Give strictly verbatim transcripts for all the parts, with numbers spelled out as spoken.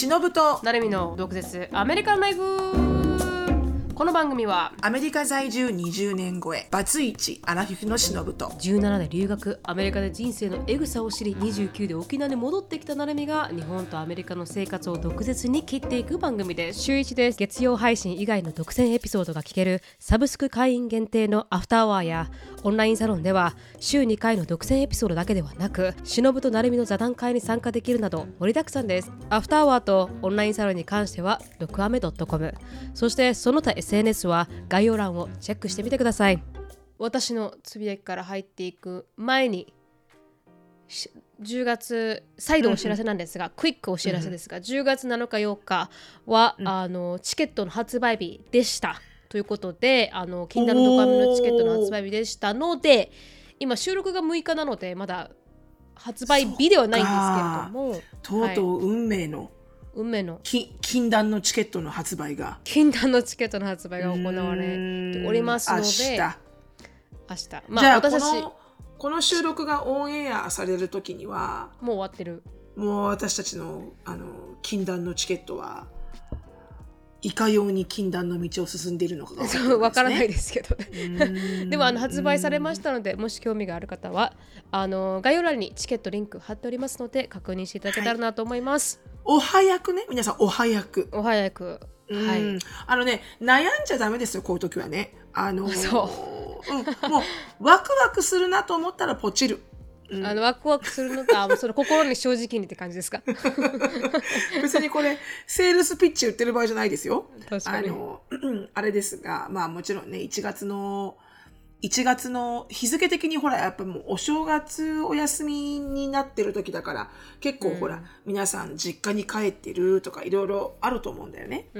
しのぶとなるみの毒舌アメリカンライフ。この番組はアメリカ在住にじゅうねん超えバツイチアラフィフのしのぶとじゅうななで留学、アメリカで人生のエグさを知りにじゅうきゅうで沖縄に戻ってきたなるみが日本とアメリカの生活を毒舌に切っていく番組です。週いちです。月曜配信以外の独占エピソードが聞けるサブスク会員限定のアフターアワーやオンラインサロンでは週にかいの独占エピソードだけではなく、しのぶとなるみの座談会に参加できるなど盛りだくさんです。アフターアワーとオンラインサロンに関してはドクアメ .com、 そしてその他 エスエヌエス は概要欄をチェックしてみてください。私のつぶやきから入っていく前にじゅうがつ再度お知らせなんですが、うんうん、クイックお知らせですが、うん、じゅうがつなのかようかは、うん、あのチケットの発売日でしたということで、あの禁断のドカメのチケットの発売日でしたので、今収録がむいかなのでまだ発売日ではないんですけれども、 とうとう運命の、はい、 運命の禁断のチケットの発売が禁断のチケットの発売が行われておりますので、 明日明日、 まあ、じゃあ私たちこの収録がオンエアされる時にはもう終わってる。 もう私たちのあの禁断のチケットはいかように禁断の道を進んでいるのかが分からないですね。 わからないですけどでもあの発売されましたので、もし興味がある方はあの概要欄にチケットリンク貼っておりますので確認していただけたらなと思います、 はい、お早くね、皆さんお早くお早く、はい、 あのね、悩んじゃダメですよ、こういう時はね。あのー、そう、うん、もうワクワクするなと思ったらポチる。 うん、あのワクワクするのか、その心に正直にって感じですか別にこれセールスピッチ売ってる場合じゃないですよ。 確かに。 あのあれですが、まあもちろんね、いちがつのいちがつの日付的にほらやっぱもうお正月お休みになってる時だから結構ほら、うん、皆さん実家に帰ってるとかいろいろあると思うんだよね、うん、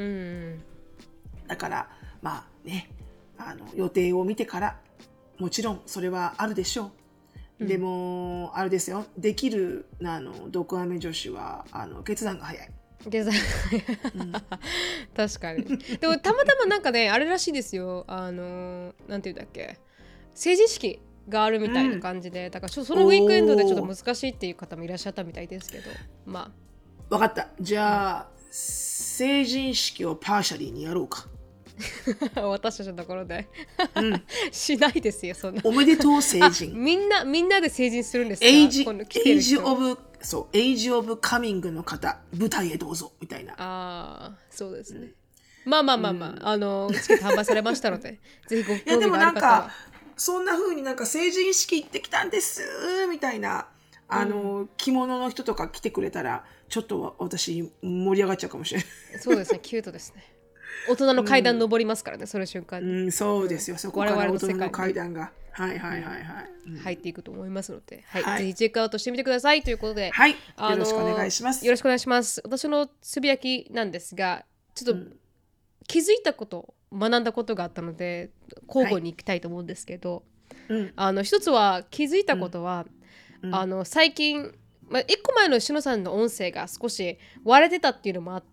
だからまあね、あの予定を見てからもちろんそれはあるでしょう、うん、でもあれですよ、できるあの毒アメ女子はあの決断が早い。 決断が早い、うん、確かに。でもたまたまなんかねあれらしいですよ、あのなんていうんだっけ、成人式があるみたいな感じで、うん、だからちょっとそのウィークエンドでちょっと難しいっていう方もいらっしゃったみたいですけど、まあ分かった。じゃあ、うん、成人式をパーシャリーにやろうか私たちのところで、 うん、 しないですよそんな。 おめでとう成人。 みんなみんなで成人するんですか。 エイジエイジオブそうエイジオブカミングの方舞台へどうぞみたいな。 ああそうですね、うん、まあまあまあまあ、うん、あのチケット販売されましたのでぜひご興味がある方は。いやでもなんかそんな風になんか成人式行ってきたんですみたいなあの、うん、着物の人とか来てくれたらちょっと私盛り上がっちゃうかもしれない。 そうですね、キュートですね。大人の階段登りますからね、うん、その瞬間に、 うん、そうですよ、そこから大人の階段がはいはいはいはい、うん、 入っていくと思いますので、はいはい、ぜひチェックアウトしてみてくださいということで、 はい、よろしくお願いします。 よろしくお願いします。私のつぶやきなんですが、ちょっと気づいたこと、学んだことがあったので交互に行きたいと思うんですけど、はい、あの一つは気づいたことは、うん、あの最近、まあ、いっこまえのしのさんの音声が少し割れてたっていうのもあって、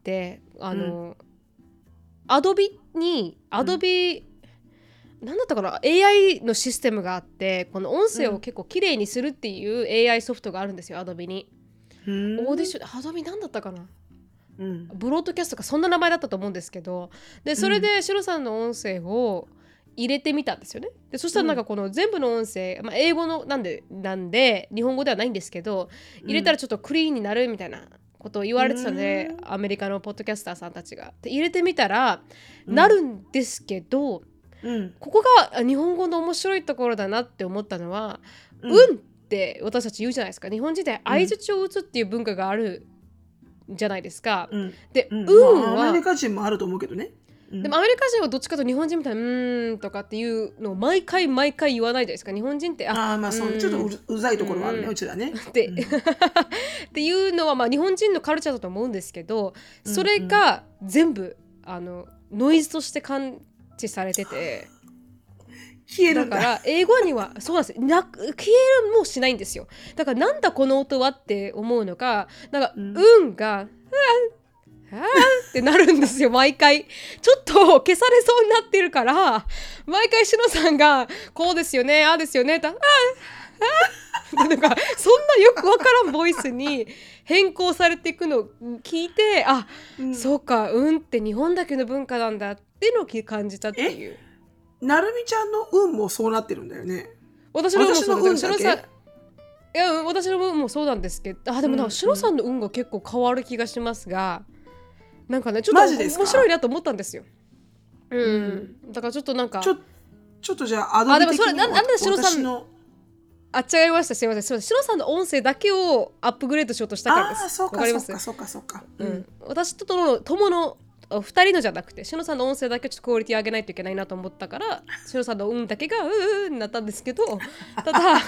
あの、うん、アドビにアドビ、うん、なんだったかな、 エーアイ のシステムがあって、この音声を結構きれいにするっていう エーアイ ソフトがあるんですよ、アドビに。オーディションアドビなんだったかな、うん、ブロードキャストかそんな名前だったと思うんですけど、でそれでシロさんの音声を入れてみたんですよね。でそしたらなんかこの全部の音声、まあ、英語のなんでなんで日本語ではないんですけど、入れたらちょっとクリーンになるみたいなことを言われてたので、アメリカのポッドキャスターさんたちがで入れてみたらなるんですけど、うん、ここが日本語の面白いところだなって思ったのは、うん、うんって私たち言うじゃないですか。日本人で相槌を打つっていう文化があるじゃないですか、うん、で、うん、うんは、 まあ、アメリカ人もあると思うけどね、 うん、でもアメリカ人はどっちかというと日本人みたいなうーんとかっていうのを毎回毎回言わないじゃないですか。日本人ってああまあそう、ちょっと う, うざいところはあるね、うちらねで、うん、っていうのはまあ日本人のカルチャーだと思うんですけど、それが全部あのノイズとして感知されてて、 消えるんだ。 だから英語にはそうなんですな、消えるもしないんですよ。だからなんだこの音はって思うのか、なんか、うん、運がうわあってなるんですよ毎回。ちょっと消されそうになってるから毎回しのさんがこうですよねああですよねとああなんかそんなよくわからんボイスに変更されていくのを聞いて、あ、うん、そうか、運って日本だけの文化なんだっていうのを感じたっていう。 なるみちゃんの運もそうなってるんだよね。 私の運もそうです。私の運だけ？ いや、私の運もそうなんですけど、あ、でもなんかシロさんの運が結構変わる気がしますが、なんかね、ちょっと面白いなと思ったんですよ。うん、うん、だからちょっとなんかちょ、ちょっとじゃあアドビ的に、あ、でもそれな、なんでシロさんの、 あ、違いました、すいません、すいません、シロさんの音声だけをアップグレードしようとしたからです。 あ、そうか、 わかります？ そうかそうかそうか、 うん、私との友のふたりのじゃなくて、シロさんの音声だけちょっとクオリティ上げないといけないなと思ったから、シロさんの運だけがうーうーになったんですけど、ただ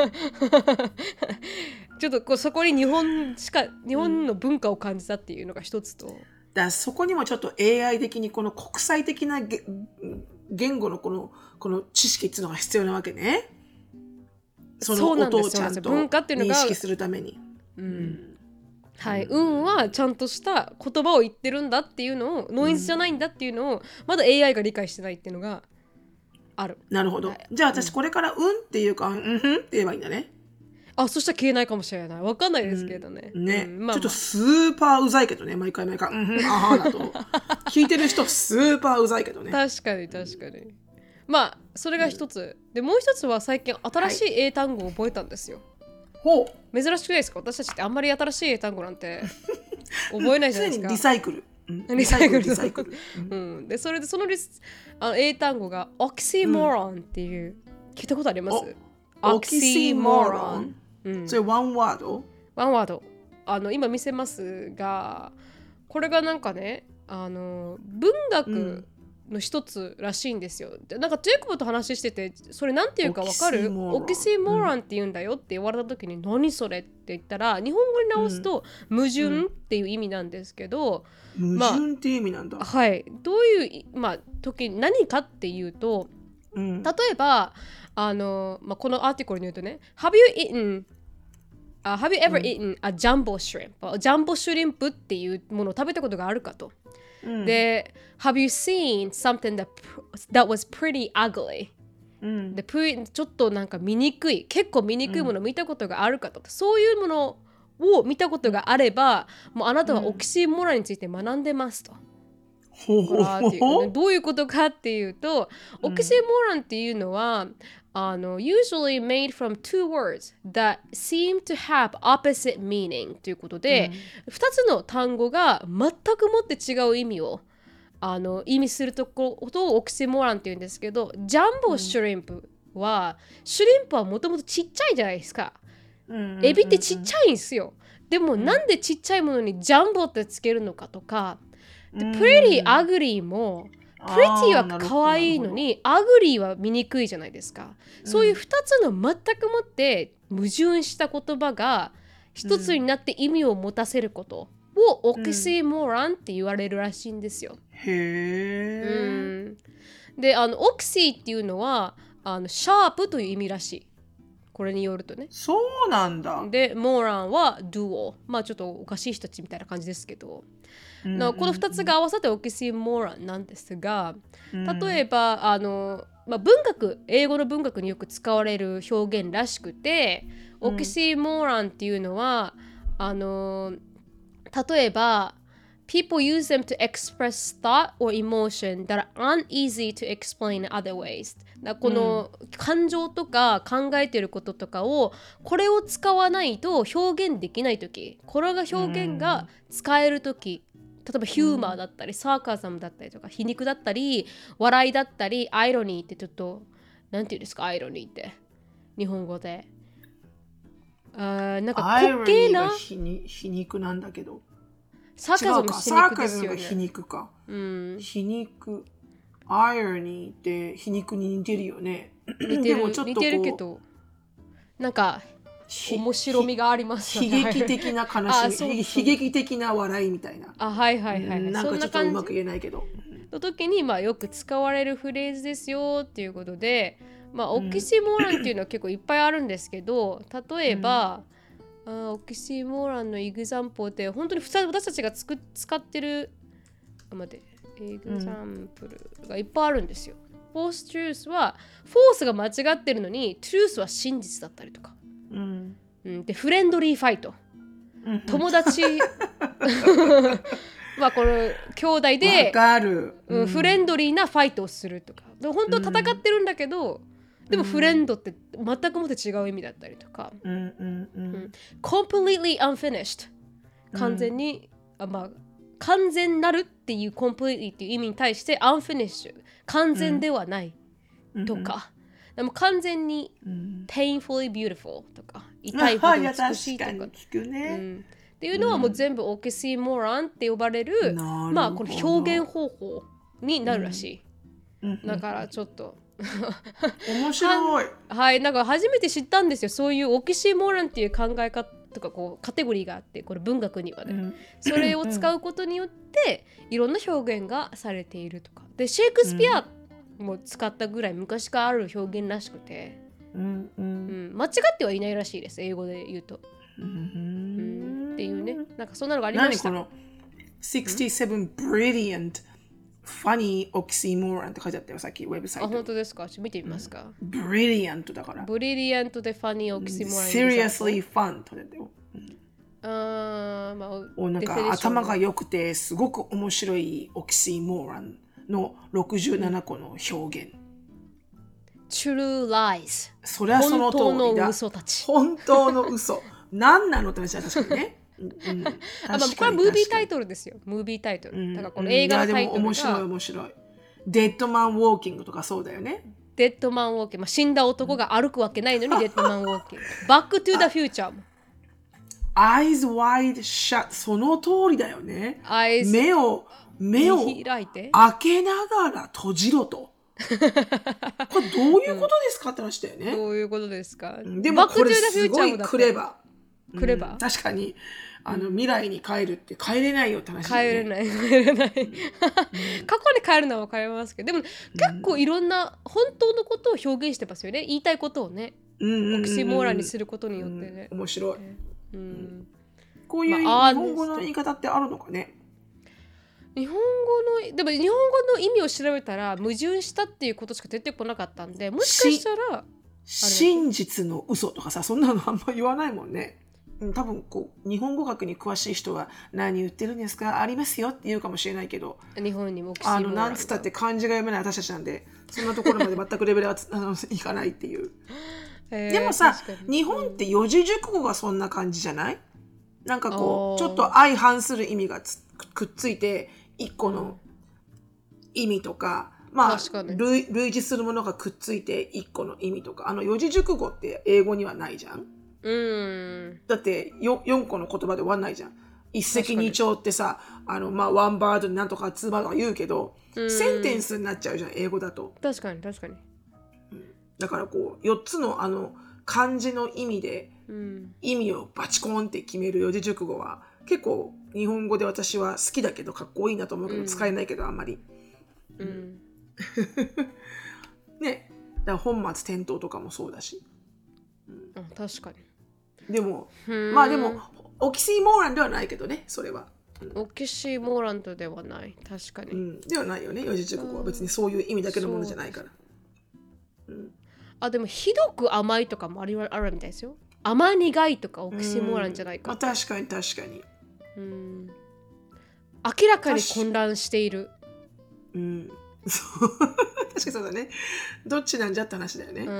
ちょっとこうそこに日本しか日本の文化を感じたっていうのが一つと、うん、 だそこにもちょっと エーアイ 的にこの国際的な言語のこのこの知識っていうのが必要なわけね。その音をちゃんと認識するために。 うん、はい、運はちゃんとした言葉を言ってるんだっていうのを、ノイズじゃないんだっていうのをまだ エーアイ が理解してないっていうのがある。 なるほど、はい、じゃあ私これから運っていうか、うん、うんふんって言えばいいんだね。 あ、そしたら消えないかもしれない。わかんないですけどね。 うん、ね、うん、まあまあ、ちょっとスーパーうざいけどね、毎回毎回、うんふん、あはだと聞いてる人スーパーうざいけどね。 確かに確かに。まあそれが一つ、うん、でもう一つは最近新しい英単語を覚えたんですよ。 ほう、 珍しくないですか？私たちってあんまり新しい英単語なんて覚えないじゃないですか。 リサイクル、うん、 リサイクルリサイクル、うん、でそれでそのリスあの英単語がオキシモロンっていう、うん、聞いたことあります？ オキシモロン、うん、それワンワード？ ワンワード。あの今見せますが、これがなんかね、あの文学の一つらしいんですよ。でなんかジェイコブと話してて、それなんていうかわかる？オキシモロンって言うんだよって言われた時に、うん、何それって言ったら、日本語に直すと、うん、矛盾っていう意味なんですけど、 うん、矛盾っていう意味なんだ。 まあ、はい、どういう、まあ、時に何かっていうと、うん、例えばあの、まあ、このアーティクルに言うとね、Have you eaten、uh, Have you ever eaten a jumbo shrimp？ ジャンボシュリンプっていうものを食べたことがあるかと。うん、で、Have you seen something that, that was pretty ugly？うん、でちょっとなんか醜い、結構醜いものを見たことがあるかと、うん、そういうものを見たことがあれば、もうあなたはオキシモロンについて学んでますと。うん、ほらっていう、ね、どういうことかっていうと、オキシモロンっていうのは、あの usually made from two words that seem to have opposite meaning ということで、うん、ふたつの単語が全くもって違う意味をあの意味するところをオキシモロンっていうんですけど、ジャンボシュリンプは、うん、シュリンプはもともとちっちゃいじゃないですか、うんうんうんうん、エビってちっちゃいんですよ。でも、うん、なんでちっちゃいものにジャンボってつけるのかとか、で、プレティ、アグリーもプレティは可愛いのにアグリーは醜いじゃないですか、うん、そういうふたつの全くもって矛盾した言葉が一つになって意味を持たせることをオキシモロンって言われるらしいんですよ。 へー、うん、で、あのオキシっていうのはあのシャープという意味らしい、これによるとね。 そうなんだ。 で、モロンはドゥオ、まあちょっとおかしい人たちみたいな感じですけど、うんうんうん、このふたつが合わさってオキシモロンなんですが、例えばあの、まあ、文学、英語の文学によく使われる表現らしくて、オキシモロンっていうのは、うん、あの例えば People use them to express thought or emotion that are uneasy to explain in other ways。 だこの感情とか考えてることとかを、これを使わないと表現できないとき、これが表現が使えるとき、例えばヒューマーだったり、サーカズムだったりとか、皮肉だったり、笑いだったり、アイロニーってちょっと、なんていうんですか、アイロニーって。日本語で。あ、なんか滑稽な。 皮肉なんだけど。 サーカズム皮肉ですよね。 サーカズムが皮肉か。うん、皮肉。アイロニーって皮肉に似てるよね。 似てる、似てるけど、なんか、面白みがありますよね。 悲劇的な悲しみ、悲劇的な笑いみたいな。 あ、はいはいはい、はい、 なんかちょっとうまく言えないけど。 の時に、まあ、よく使われるフレーズですよっていうことで、まあ、オキシモロンっていうのは結構いっぱいあるんですけど、例えば、うん、あ、オキシモロンのエグザンポーって本当に私たちがつく使ってる、あ、待って、エグザンプルがいっぱいあるんですよ。フォーストゥルースはフォースが間違ってるのにトゥルースは真実だったりとか。うんうん、でフレンドリーファイト、友達まあこの兄弟でわかる、 うん、フレンドリーなファイトをするとか、で本当戦ってるんだけど、うん、でもフレンドって全くもって違う意味だったりとか、 うんうんうんうん、 completely unfinished 完全に、うん、あまあ完全なるっていう completely っていう意味に対して unfinished 完全ではないとか、うん、でも完全に painfully beautiful とか、痛いほど美しいとか、 聞くね、うん、 っていうのはもう全部オキシモランって呼ばれる、うん、まあこの表現方法になるらしい、うん、だからちょっと面白いはい、なんか初めて知ったんですよ、そういうオキシモランっていう考え方とかこうカテゴリーがあって、これ文学にはね、うん、それを使うことによっていろんな表現がされているとかで、シェイクスピアも使ったぐらい昔からある表現らしくて、うんうんうん、間違ってはいないらしいです、英語で言うと、うん、っていうね、なんかそんなのがありました。 何このろくじゅうなな brilliant funny oxymoron って書いてあったよ、さっきウェブサイト。 あ、本当ですか、ちょっと見てみますか。 うん、brilliant だから。 brilliant で funny oxymoron。 seriously fun って書いてあったよ。 あー、まあ、 おなんか頭が良くてすごく面白いオキシモーランのろくじゅうななこの表現、うん、 True lies それはその通りだ、 本当の嘘たち、 本当の嘘何なのって話だ、確かにねうん、 あ、まあ、これはムービータイトルですよ、ムービータイトル、うん、だからこの映画のタイトルが、うん、 面白い面白い、デッドマンウォーキングとかそうだよね、 デッドマンウォーキング、まあ、死んだ男が歩くわけないのにデッドマンウォーキングバックトゥザフューチャーも Eyes wide shut その通りだよね、 Eyes 目を目を開いて開けながら閉じろとこれどういうことですかって話だよね、 どういうことですか、 でもこれすごいクレバークレバー、 うん、確かにあの未来に帰るって帰れないよって話だよね、帰れない帰れない、うん、過去に帰るのは分かりますけど、でも結構いろんな本当のことを表現してますよね、言いたいことをね、オキシモーランにすることによってね、 うん、面白い、 うん、 こういう日本語の言い方ってあるのかね、 日本語のでも日本語の意味を調べたら矛盾したっていうことしか出てこなかったんで、もしかしたら真実の嘘とかさ、そんなのあんま言わないもんね。多分こう日本語学に詳しい人は何言ってるんですかありますよって言うかもしれないけど、 日本にもあのなんつったって漢字が読めない私たちなんで、そんなところまで全くレベルはあのいかないっていう、えー、でもさ日本って四字熟語がそんな感じじゃない？なんかこうちょっと相反する意味がつくっついて一個の意味とか、まあ類類似するものがくっついて一個の意味とか、あの四字熟語って英語にはないじゃん。うん、だって よ, よんこの言葉で終わんないじゃん。一石二鳥ってさ、あのまあワンバードになんとかツーバードとか言うけど、センテンスになっちゃうじゃん英語だと。 確かに確かに、 うん、だからこうよっつのあの漢字の意味で、うん、意味をバチコーンって決める四字熟語は結構日本語で私は好きだけどかっこいいなと思うけど、うん、使えないけどあんまり、うん、ね、だから本末転倒とかもそうだし、 うん、確かに。 でもまあでもオキシーモーランではないけどね、それは、 うん、オキシーモーランドではない確かに、 うん、ではないよね。四字熟語は別にそういう意味だけのものじゃないから、 うん、あでもひどく甘いとかもあるあるみたいですよ。甘苦いとかオキシーモーランじゃないか、 うん、まあ、確かに確かに、 うん、明らかに混乱している、 うん、そう確かにそうだね。どっちなんじゃって話だよね、うん、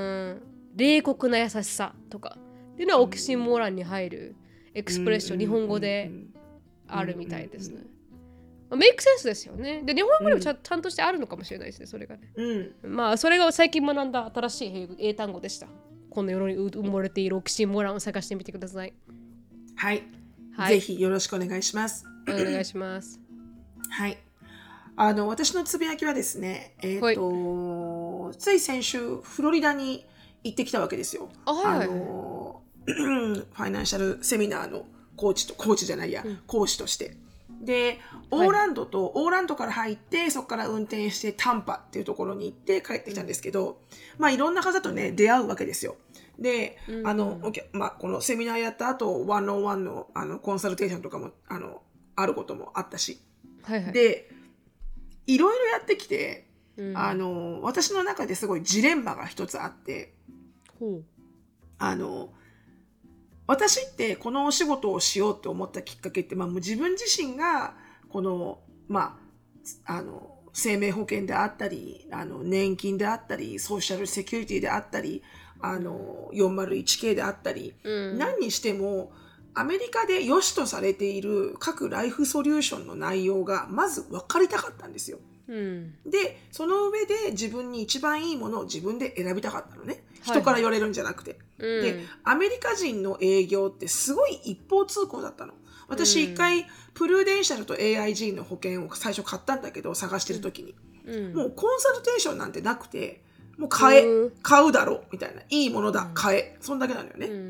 冷酷な優しさとかっていうのはオキシモーランに入るエクスプレッション、うん、日本語であるみたいですね、うん、メイクセンスですよね。で日本語でもち ゃ,、うん、ちゃんとしてあるのかもしれないですね、それがね、うん、まあそれが最近学んだ新しい英単語でした。この世に埋もれているオキシモーランを探してみてください。 はい、はい、ぜひよろしくお願いします。 お願いしますはい、あの私のつぶやきはですね、えーとはい、つい先週フロリダに行ってきたわけですよ。あ、はいはい、あのファイナンシャルセミナーのコーチとコーチじゃないや、うん、講師としてでオーランドと、はい、オーランドから入ってそこから運転してタンパっていうところに行って帰ってきたんですけど、まあいろんな方とね出会うわけですよ。で、うん、あの、まあ、このセミナーやった後ワンオンワンのあのコンサルテーションとかもあのあることもあったし、はいはい、でいろいろやってきて、うん、あの私の中ですごいジレンマが一つあって、ほうあの私ってこのお仕事をしようって思ったきっかけって、まあ、もう自分自身がこの、まあ、あの生命保険であったり、あの年金であったり、ソーシャルセキュリティであったり、あの よんまるいちケー であったり、うん、何にしてもアメリカで良しとされている各ライフソリューションの内容がまず分かりたかったんですよ。うん、でその上で自分に一番いいものを自分で選びたかったのね。人から言われるんじゃなくて、はい、でアメリカ人の営業ってすごい一方通行だったの。私一回、うん、プルーデンシャルと エーアイジー の保険を最初買ったんだけど、探してる時に、うん、もうコンサルテーションなんてなくて、もう買え、うん、買うだろうみたいな、いいものだ、買え、そんだけなのよね、うん、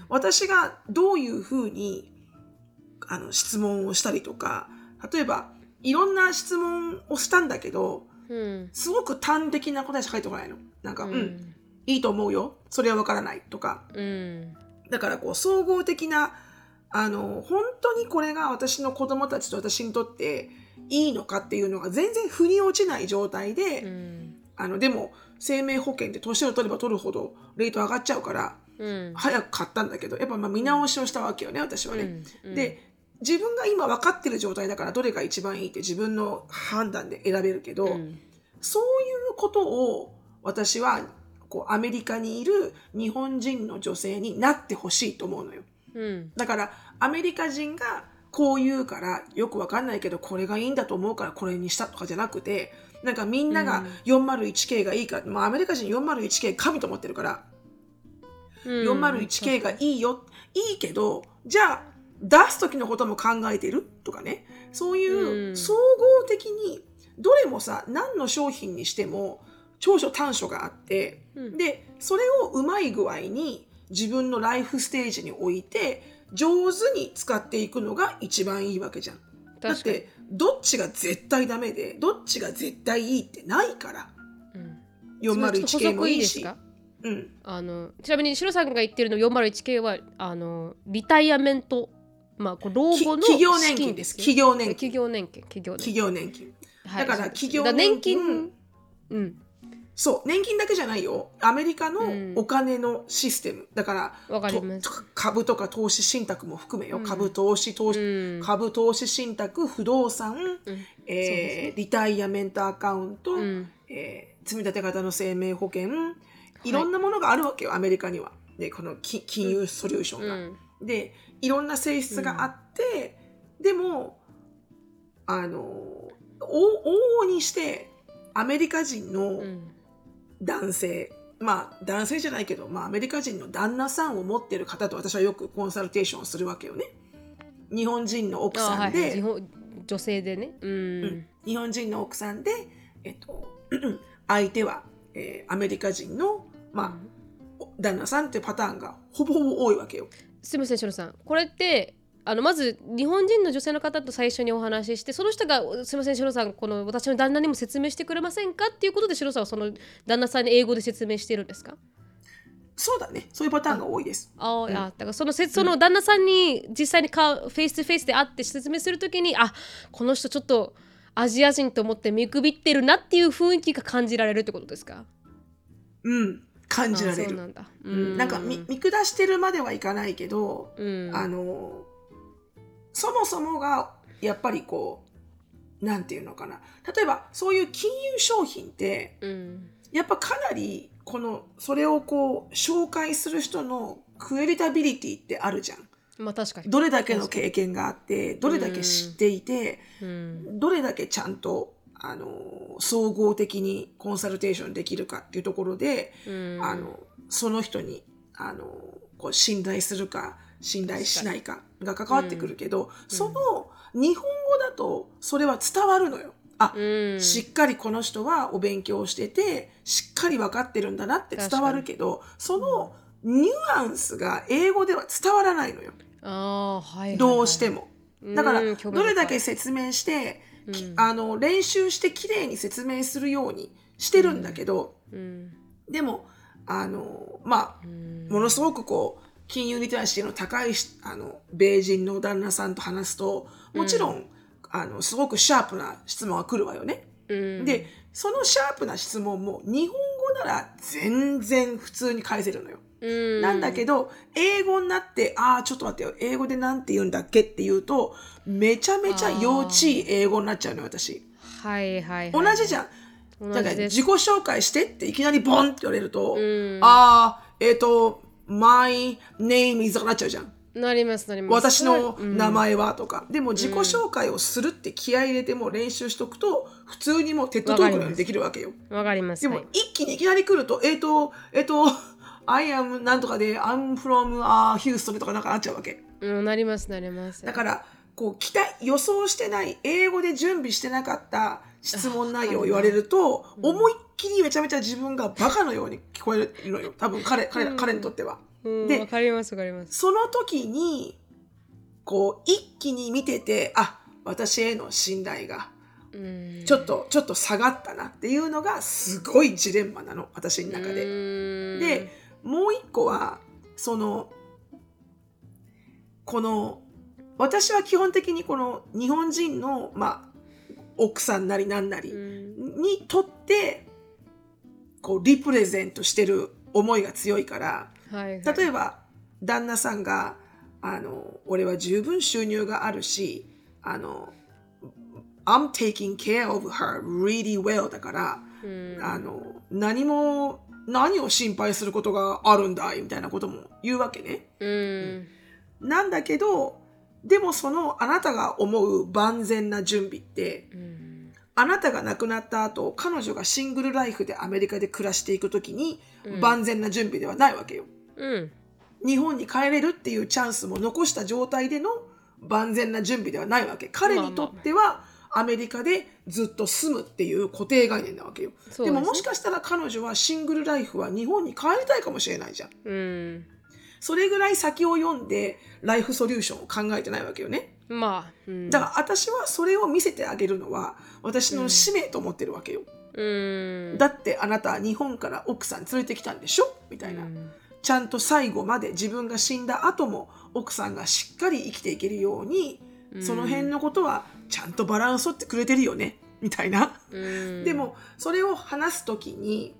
私がどういうふうにあの質問をしたりとか、例えばいろんな質問をしたんだけど、うん、すごく端的な答えしか返ってこないの。なんか、うん、うん、いいと思うよ、それはわからないとか、うん、だからこう総合的なあの本当にこれが私の子供たちと私にとっていいのかっていうのが全然腑に落ちない状態で、うん、あのでも生命保険って年を取れば取るほどレート上がっちゃうから、うん、早く買ったんだけど、やっぱまあ見直しをしたわけよね、私はね、うんうん、で自分が今分かってる状態だからどれが一番いいって自分の判断で選べるけど、うん、そういうことを私はこうアメリカにいる日本人の女性になってほしいと思うのよ。うん、だからアメリカ人がこう言うからよくわかんないけどこれがいいんだと思うからこれにしたとかじゃなくて、なんかみんなが よんまるいちケー がいいか、まあ、アメリカ人 よんまるいちケー 神と思ってるから、うん、よんまるいちケー がいいよ、いいけどじゃあ出す時のことも考えてるとかね、そういう総合的にどれもさ、何の商品にしても長所短所があって、うん、でそれをうまい具合に自分のライフステージに置いて上手に使っていくのが一番いいわけじゃん。だってどっちが絶対ダメでどっちが絶対いいってないから、うん、よんまるいちケー もいいし、 うん、あのちなみにシロさんが言ってるの よんまるいちケー はあのリタイアメント、まあ、こう老後の企業年金です。企業年金企業年金企業年金、 企業年金、はい、だから企業年金、 年金、うん、 そう年金だけじゃないよ、アメリカのお金のシステム、うん、だからかります、 株とか投資信託も含めよ、うん、株投資投資、うん、株投資信託、不動産、うんえーね、リタイアメントアカウント、うんえー、積み立て型の生命保険、いろんなものがあるわけよ、はい、アメリカには。でこの金融ソリューションが、うん、でいろんな性質があって、うん、でもあの往々にしてアメリカ人の、うん男性、まあ男性じゃないけど、まあアメリカ人の旦那さんを持っている方と私はよくコンサルテーションをするわけよね。日本人の奥さんで、はいはい、女性でね、うんうん、 日本人の奥さんで、えっと、相手は、えー、アメリカ人の、まあ、旦那さんっていうパターンがほぼほぼ多いわけよ。 すみません、シロさん、これってあのまず日本人の女性の方と最初にお話しして、その人がすみませんシロさん、この私の旦那にも説明してくれませんかっていうことでシロさんはその旦那さんに英語で説明しているんですか？ そうだね、そういうパターンが多いです。 ああ、うん、だからそのその旦那さんに実際にかフェイストゥフェイスで会って説明するときに、あ、この人ちょっとアジア人と思って見くびってるなっていう雰囲気が感じられるってことですか？ うん、感じられる。 そうなんだ。 うん、なんか 見, 見下してるまではいかないけど、うん、あのそもそもがやっぱりこうなんていうのかな、例えばそういう金融商品って、うん、やっぱかなりこのそれをこう紹介する人のクエリタビリティってあるじゃん。 まあ確かに。 どれだけの経験があってどれだけ知っていて、うん、どれだけちゃんとあの総合的にコンサルテーションできるかっていうところで、うん、あのその人にあのこう信頼するか信頼しないかが関わってくるけど、うん、その日本語だとそれは伝わるのよ。あ、うん、しっかりこの人はお勉強しててしっかり分かってるんだなって伝わるけど、そのニュアンスが英語では伝わらないのよ。 あ、はいはいはい、 どうしても。だからどれだけ説明して、うん、あの練習してきれいに説明するようにしてるんだけど、うんうん、でもあのまあ、うん、ものすごくこう金融リテラシーの高いあの米人の旦那さんと話すともちろん、うん、あのすごくシャープな質問が来るわよね、うん、でそのシャープな質問も日本語なら全然普通に返せるのよ。 なんだけど英語になってああちょっと待ってよ英語でなんて言うんだっけって言うとめちゃめちゃ幼稚い英語になっちゃうのよ私。 はいはいはい。 同じじゃん。だから自己紹介してっていきなりボンって言われると、 うん、 ああえっ、ー、と My name is とかなっちゃうじゃん。 なりますなります。 私の名前はとか、うん、でも自己紹介をするって気合い入れても練習しとくと普通にもうテッドトークのようにできるわけよ。 わかります。 でも一気にいきなり来るとえっ、ー、とえっ、ー、とI am なんとかで I'm from、uh, Houston とかなんかなっちゃうわけ。 うん、なりますなります。 だからこう期待予想してない英語で準備してなかった質問内容を言われると、うん、思いっきりめちゃめちゃ自分がバカのように聞こえるのよ多分彼彼、うん、彼にとっては。 うん、でわかりますわかります。 その時にこう一気に見ててあ私への信頼がちょっとちょっと下がったなっていうのがすごいジレンマなの私の中で。でもう一個はそのこの私は基本的にこの日本人のまあ奥さんなりなんなりにとってこうリプレゼントしてる思いが強いから、はいはい、例えば旦那さんがあの俺は十分収入があるしあの I'm taking care of her really well だから、うん、あの何も何を心配することがあるんだいみたいなことも言うわけね、うん、なんだけどでもそのあなたが思う万全な準備って、うん、あなたが亡くなった後彼女がシングルライフでアメリカで暮らしていくときに、うん、万全な準備ではないわけよ、うん日本に帰れるっていうチャンスも残した状態での万全な準備ではないわけ。彼にとってはアメリカでずっと住むっていう固定概念なわけよ。で, でももしかしたら彼女はシングルライフは日本に帰りたいかもしれないじゃん。うん、それぐらい先を読んでライフソリューションを考えてないわけよね。まあ、うん、だから私はそれを見せてあげるのは私の使命と思ってるわけよ。うん、だってあなたは日本から奥さん連れてきたんでしょみたいな。うんちゃんと最後まで自分が死んだ後も奥さんがしっかり生きていけるように、うん、その辺のことはちゃんとバランス取ってくれてるよねみたいな、うん、でもそれを話すときに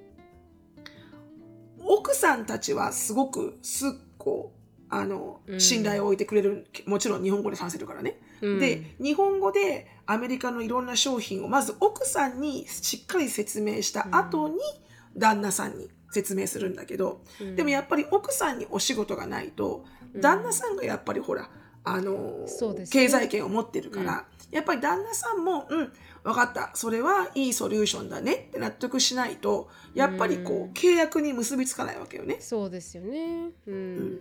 奥さんたちはすごくすっごあの信頼を置いてくれる、うん、もちろん日本語で話せるからね、うん、で日本語でアメリカのいろんな商品をまず奥さんにしっかり説明した後に旦那さんに説明するんだけど、うん、でもやっぱり奥さんにお仕事がないと、うん、旦那さんがやっぱりほらあの、ね、経済圏を持ってるから、うん、やっぱり旦那さんもうん分かったそれはいいソリューションだねって納得しないとやっぱりこう、うん、契約に結びつかないわけよね。 そうですよね、うんうん、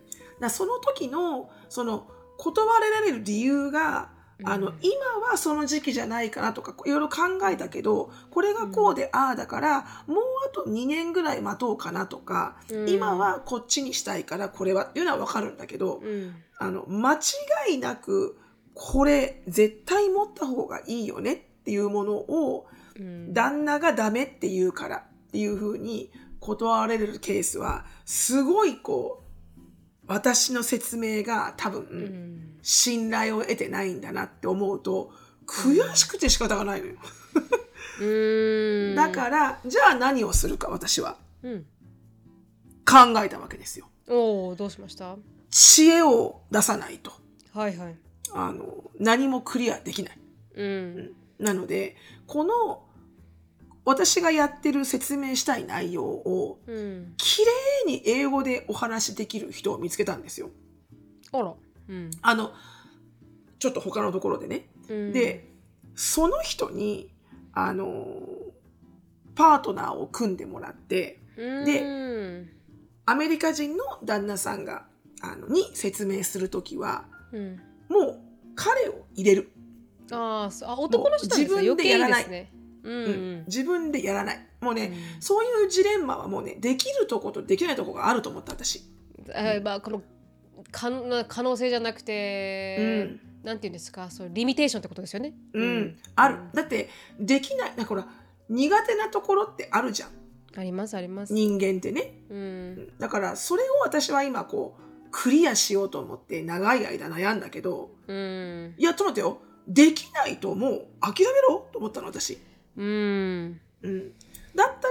だその時のその断れられる理由があの、うん、今はその時期じゃないかなとかいろいろ考えたけどこれがこうで、うん、ああだからもうあとにねんぐらい待とうかなとか、うん、今はこっちにしたいからこれはっていうのは分かるんだけど、うん、あの間違いなくこれ絶対持った方がいいよねっていうものを、うん、旦那がダメって言うからっていうふうに断られるケースはすごいこう私の説明が多分、うん信頼を得てないんだなって思うと悔しくて仕方がないのようーんだからじゃあ何をするか私は、うん、考えたわけですよ。 おーどうしました？ 知恵を出さないと、 はいはい、 あの何もクリアできない、うんうん、なのでこの私がやってる説明したい内容を、うん、きれいに英語でお話しできる人を見つけたんですよ。 あらうん、 あのちょっと他のところでね、うん、でその人にあのパートナーを組んでもらって、うん、でアメリカ人の旦那さんがあのに説明するときは、うん、もう彼を入れる。 ああ男の人なんですね。 自分でやらない、 余計いいですね、うんうん、 自分でやらないもうね、うん、そういうジレンマはもうねできるとことできないとこがあると思った私。 あまあこの可能性じゃなくて、うん、なんていうんですかそうリミテーションってことですよね。 うん、うん、ある。だってできないだから苦手なところってあるじゃん。 ありますあります。 人間ってね、うん、だからそれを私は今こうクリアしようと思って長い間悩んだけど、うん、いやちょっと待ってよできないともう諦めろと思ったの私。うん、うん、だった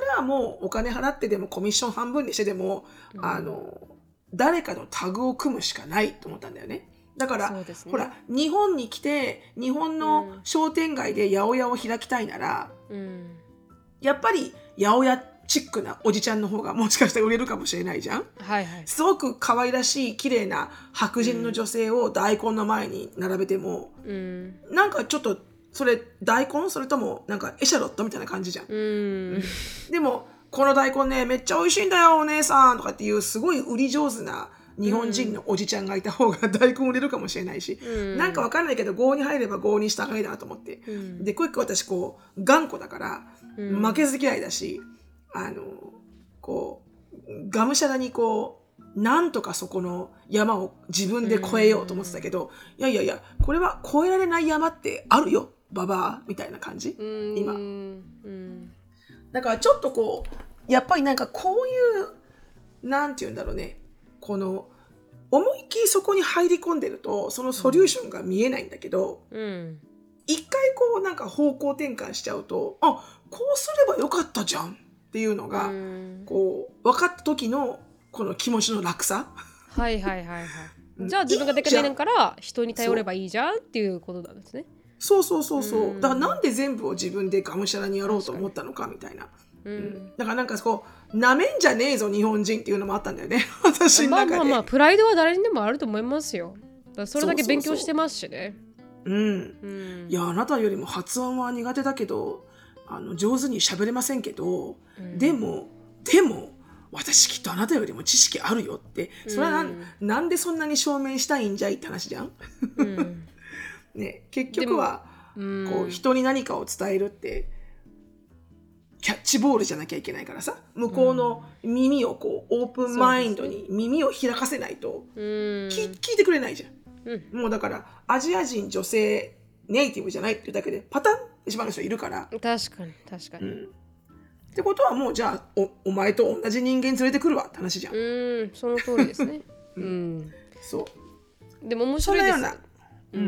はもうお金払ってでもコミッション半分にしてでも、うん、あの誰かのタグを組むしかないと思ったんだよね。だから、ね、ほら日本に来て日本の商店街で八百屋を開きたいなら、うん、やっぱり八百屋チックなおじちゃんの方がもしかしたら売れるかもしれないじゃん、はいはい、すごく可愛らしい綺麗な白人の女性を大根の前に並べても、うん、なんかちょっとそれ大根それともなんかエシャロットみたいな感じじゃん、うん、でもこの大根ねめっちゃ美味しいんだよお姉さんとかっていうすごい売り上手な日本人のおじちゃんがいた方が大根売れるかもしれないし、うん、なんかわかんないけど郷に入れば郷に従いだなと思って、うん、でクイック私こう頑固だから、うん、負けず嫌いだしあのこうがむしゃらにこうなんとかそこの山を自分で越えようと思ってたけど、うん、いやいやいやこれは越えられない山ってあるよババアみたいな感じ、うん、今、うん、だからちょっとこうやっぱりなんかこういうなんて言うんだろうねこの思いっきりそこに入り込んでるとそのソリューションが見えないんだけど、うん、一回こうなんか方向転換しちゃうとあこうすればよかったじゃんっていうのが、うん、こう分かった時のこの気持ちの楽さはいはいはいはいじゃあ自分ができないから人に頼ればいいじゃんっていうことなんですね。 そうそうそうそう、うん、だからなんで全部を自分でがむしゃらにやろうと思ったのかみたいな、うんうん、だからなんかこうなめんじゃねえぞ日本人っていうのもあったんだよね私の中で。まあまあまあプライドは誰にでもあると思いますよ。だからそれだけ勉強してますしね。 そうそうそう、うんうん、いやあなたよりも発音は苦手だけどあの上手に喋れませんけど、うん、でもでも私きっとあなたよりも知識あるよってそれは な,、うん、なんでそんなに証明したいんじゃいって話じゃん、うんね、結局はこう人に何かを伝えるってキャッチボールじゃなきゃいけないからさ向こうの耳をこうオープンマインドに耳を開かせないと 聞, 聞いてくれないじゃん、うん、もうだからアジア人女性ネイティブじゃないっていうだけでパタンってしまう人いるから確かに確かに、うん、 ってことはもうじゃあ お, お前と同じ人間連れてくるわって話じゃん。 うんその通りですね、うん、そうでも面白いです。うん、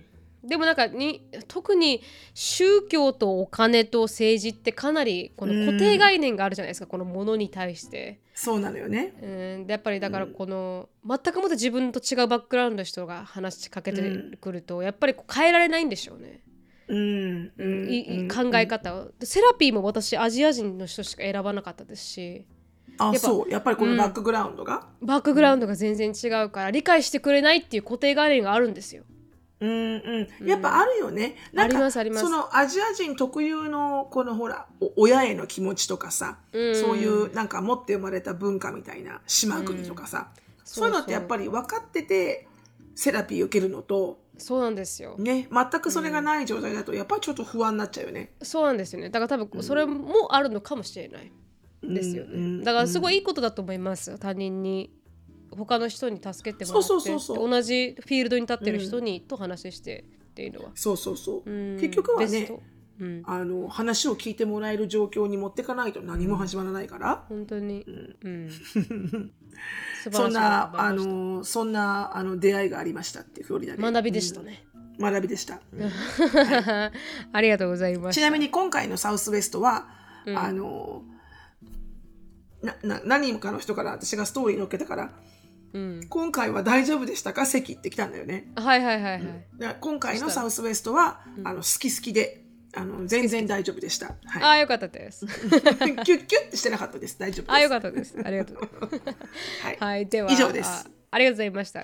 でもなんかに特に宗教とお金と政治ってかなりこの固定概念があるじゃないですか、このものに対して。 そうなのよね、 うん、でやっぱりだからこの、うん、全くもって自分と違うバックグラウンドの人が話しかけてくると、うん、やっぱりこう変えられないんでしょうね、うんうん、い考え方を、うん、セラピーも私アジア人の人しか選ばなかったですし。 あやっぱそうやっぱりこのバックグラウンドが、 うん、バックグラウンドが全然違うから理解してくれないっていう固定概念があるんですよ。 うんうん、やっぱあるよね、うん、なんかありますあります。 そのアジア人特有のこのほら親への気持ちとかさ、うん、そういうなんか持って生まれた文化みたいな島国とかさ、うん、そういうのってやっぱり分かっててセラピー受けるのとそうなんですよ、 ね、全くそれがない状態だとやっぱりちょっと不安になっちゃうよね、 うん、そうなんですよね。だから多分それもあるのかもしれない、うん、ですよね、うん、だからすごいいいことだと思いますよ。他人に他の人に助けてもらってそうそうそうそう同じフィールドに立ってる人にと話してっていうのは、 うん、そうそうそう、うん、結局はね、うん、あの話を聞いてもらえる状況に持ってかないと何も始まらないから、 うん、本当に、うんうん、 そんなあのそんなあの出会いがありましたってフロリダで学びでしたね、 うん、学びでした、うんはい、ありがとうございました。 ちなみに今回のサウスウエストは、うん、あのなな何人かの人から私がストーリー載っけたからうん、今回は大丈夫でしたか席って来たんだよね。 はいはいはいはい、うん、 今回のサウスウエストは、うん、あの好き好きであの全然大丈夫でした。 はい、あよかったです。キュッキュッってしてなかったです。大丈夫です。 あよかったです。ありがとう。はい、はい、では以上です。 あ。ありがとうございました。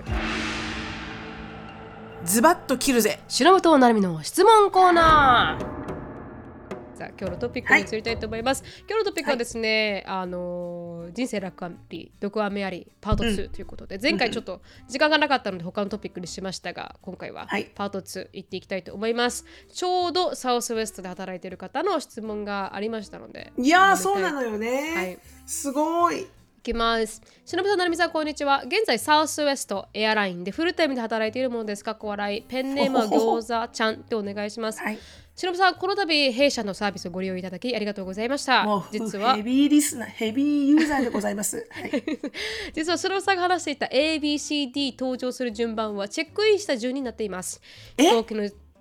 ズバッと切るぜ。 忍となるみの質問コーナー。さあ今日のトピックに移りたいと思います、はい、今日のトピックはですね、はい、あの人生楽あり毒飴ありパートツー、うん、ということで前回ちょっと時間がなかったので他のトピックにしましたが今回はパートツー行っていきたいと思います、はい、ちょうどサウスウエストで働いている方の質問がありましたのでいやーそうなのよね、はい、すごいいきます。しのぶさん、なるみさん、こんにちは。現在、サウスウエストエアラインでフルタイムで働いているものです。かっこ笑い。ペンネームは餃子ちゃんってお願いします。はい、しのぶさん、この度、弊社のサービスをご利用いただきありがとうございました。 もう実はヘビーリスナー、ヘビーユーザーでございます。はい、 実は、しのぶさんが話していた エービーシーディー 登場する順番はチェックインした順になっています。飛行機の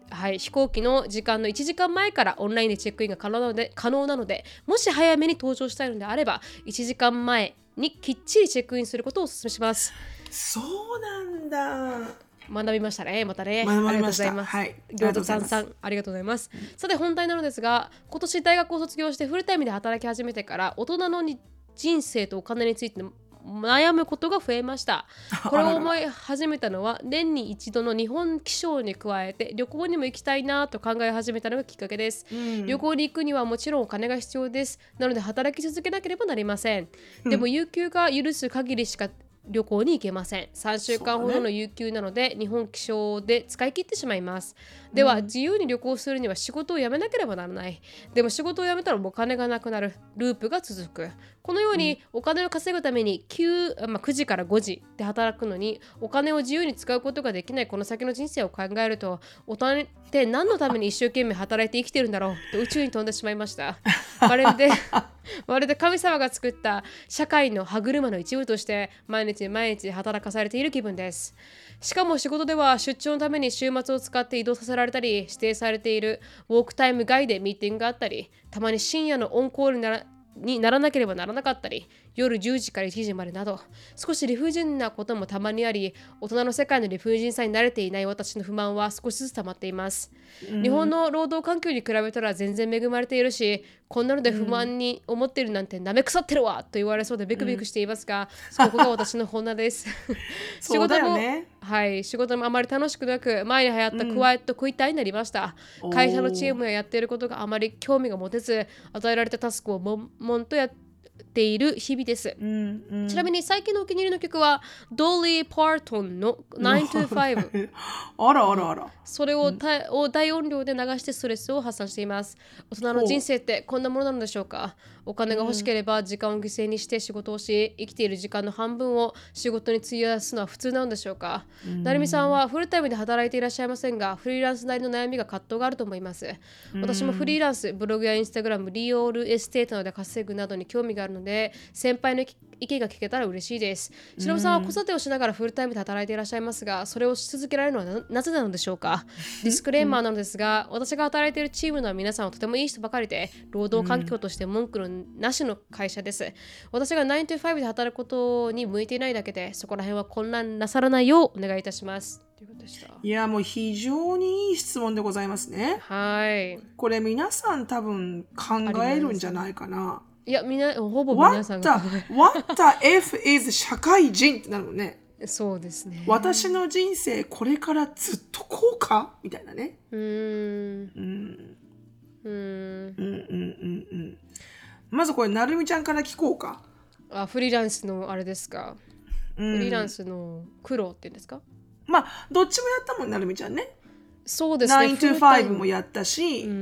はい、飛行機の時間のいちじかんまえからオンラインでチェックインが可能なので、可能なのでもし早めに搭乗したいのであればいちじかんまえにきっちりチェックインすることをお勧めします。 そうなんだ。 学びましたね。またね。 学びました。 ありがとうございます。 はい。 餃子さんさん、ありがとうございます。さて本題なのですが、今年大学を卒業してフルタイムで働き始めてから大人の人生とお金について悩むことが増えました。これを思い始めたのは年に一度の日本気象に加えて旅行にも行きたいなと考え始めたのがきっかけです、うん、旅行に行くにはもちろんお金が必要です。なので働き続けなければなりません。でも有給が許す限りしか旅行に行けません。さんしゅうかんほどの有給なので、ね、日本気象で使い切ってしまいます。では、うん、自由に旅行するには仕事を辞めなければならない。でも仕事を辞めたらお金がなくなる。ループが続く。このようにお金を稼ぐためにきゅう、まあ、くじからごじで働くのにお金を自由に使うことができないこの先の人生を考えると、大人って何のために一生懸命働いて生きてるんだろうと宇宙に飛んでしまいました。まるでまるで神様が作った社会の歯車の一部として毎日毎日働かされている気分です。しかも仕事では出張のために週末を使って移動させられたり、指定されているウォークタイム外でミーティングがあったり、たまに深夜のオンコールにならにならなければならなかったり、夜じゅうじからいちじまでなど少し理不尽なこともたまにあり、大人の世界の理不尽さに慣れていない私の不満は少しずつ溜まっています。日本の労働環境に比べたら全然恵まれているし、こんなので不満に思っているなんてなめ腐ってるわと言われそうでビクビクしていますが、うん、そこが私の本音です仕事も、ね、はい、仕事もあまり楽しくなく、前に流行ったクワイエットクイッターになりました、うん、会社のチームややっていることがあまり興味が持てず、与えられたタスクを悶々とやっている日々です、うんうん、ちなみに最近のお気に入りの曲はドリー・パートンのナイントゥファイブあらあらあら、 それを、うん、を大音量で流してストレスを発散しています。大人の人生ってこんなものなのでしょうか。お金が欲しければ時間を犠牲にして仕事をし、生きている時間の半分を仕事に費やすのは普通なのでしょうか。なるみさんはフルタイムで働いていらっしゃいませんが、フリーランスなりの悩みが葛藤があると思います。私もフリーランス、ブログやインスタグラム、リオールエステートなどで稼ぐなどに興味があるので、先輩の意見が聞けたら嬉しいです。しのぶさんは子育てをしながらフルタイムで働いていらっしゃいますが、それをし続けられるのは な, なぜなのでしょうか。ディスクレーマーなのですが、私が働いているチームの皆さんはとてもいい人ばかりで、労働環境として文句のなしの会社です。私がナイントゥファイブで働くことに向いていないだけで、そこら辺は混乱なさらないようお願いいたします。ということでした。 いや、もう非常にいい質問でございますね。 はい。これ皆さん多分考えるんじゃないかな。 いや、みなほぼ皆さんが What the, what the F is 社会人ってなるもんね。 そうですね。 私の人生これからずっとこうかみたいなね。 うーん。 うん。うんうん。うんうんうんまずこれなるみちゃんから聞こうか。 あ、フリーランスのあれですか。フリーランスの苦労っていうんですか。 まあどっちもやったもんなるみちゃんね。 そうですね。 ナイントゥファイブもやったし、 うん、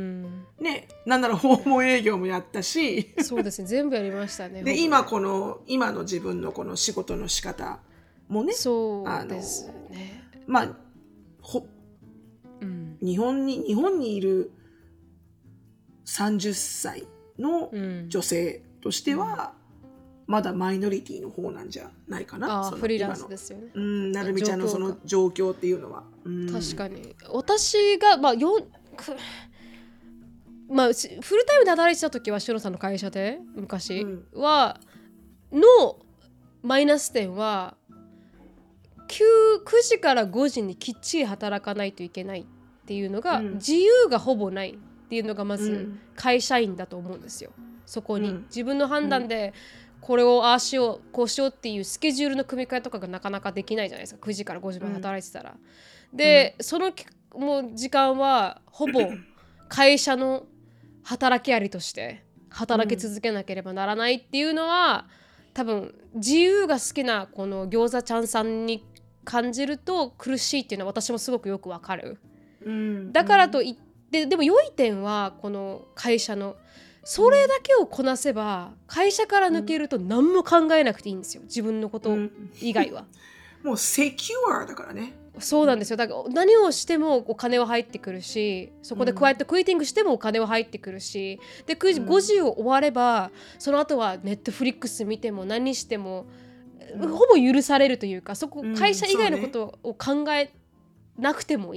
ね、なんなら訪問営業もやったし、 そうですね。全部やりましたね。 で今この今の自分のこの仕事の仕方もね、 そうですね。 まあほ、うん、日本に日本にいるさんじゅっさいの女性としては、うん、まだマイノリティの方なんじゃないかな。 あ、フリーランスですよね。 うん、なるみちゃんのその状況っていうのは、うん、 確かに私がまあよまあフルタイムで働いてた時はしのさんの会社で昔は、うん、のマイナス点はきゅう、くじからごじにきっちり働かないといけないっていうのが、うん、自由がほぼないっていうのがまず会社員だと思うんですよ。そこに、うん、自分の判断でこれをああしようこうしようっていうスケジュールの組み替えとかがなかなかできないじゃないですか。くじからごじまで働いてたら、うん、で、うん、そのもう時間はほぼ会社の働きありとして働き続けなければならないっていうのは、うん、多分自由が好きなこの餃子ちゃんさんに感じると苦しいっていうのは私もすごくよくわかる、うん、だからといってでも良い点はこの会社のそれだけをこなせば会社から抜けると何も考えなくていいんですよ。自分のこと以外は、 うん、もうセキュアだからね。 そうなんですよ。だから何をしてもお金は入ってくるし、そこでクワイエットクイーティングしてもお金は入ってくるし、でくじ、ごじを終わればその後はネットフリックス見ても何しても、うん、ほぼ許されるというか、そこ会社以外のことを考えなくてもいいっ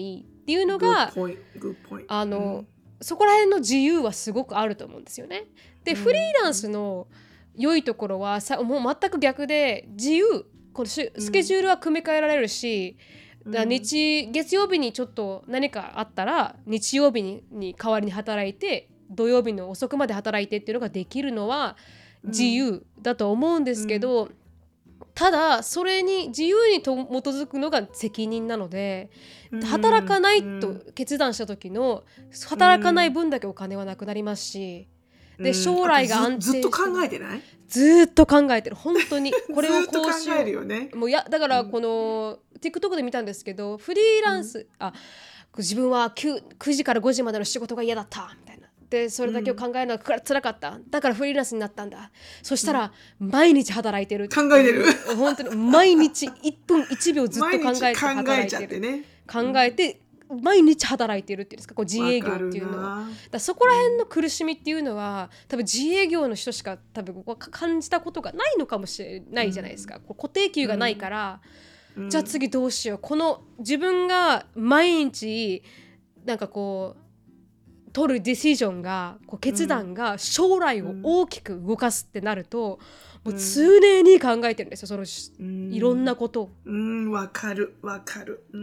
っていうのが、 Good point. Good point. あの、うん、そこら辺の自由はすごくあると思うんですよね。で、フリーランスの良いところはさ、もう全く逆で、自由、このスケジュールは組み替えられるし、うん、だ日月曜日にちょっと何かあったら日曜日 に, に代わりに働いて、土曜日の遅くまで働いてっていうのができるのは自由だと思うんですけど、うん、ただそれに自由にと基づくのが責任なので、うん、働かないと決断した時の働かない分だけお金はなくなりますし、で将来が安定して、 ずっと考えてない？ ずっと考えてる、本当にこれをこうしよう。ずっと考えるよね。 もうやだからこの、うん、TikTok で見たんですけど、フリーランス、うん、あ自分は 9, 9時からごじまでの仕事が嫌だったみたいな、でそれだけを考えるのが辛かった、うん、だからフリーランスになったんだ。そしたら、うん、毎日働いてる、 考えてる本当に毎日いっぷんいちびょうずっと考えて働いてる、 考えちゃってね、 考えて、うん、毎日働いてるっていうんですか、こう自営業っていうのは。だそこら辺の苦しみっていうのは多分自営業の人しか多分感じたことがないのかもしれないじゃないですか、うん、こう固定給がないから、うん、じゃあ次どうしよう、この自分が毎日なんかこう取るディシジョンがこう決断が将来を大きく動かすってなると、もう常に考えてるんですよ、そのいろんなことを。 うん、わかるわかる。うん、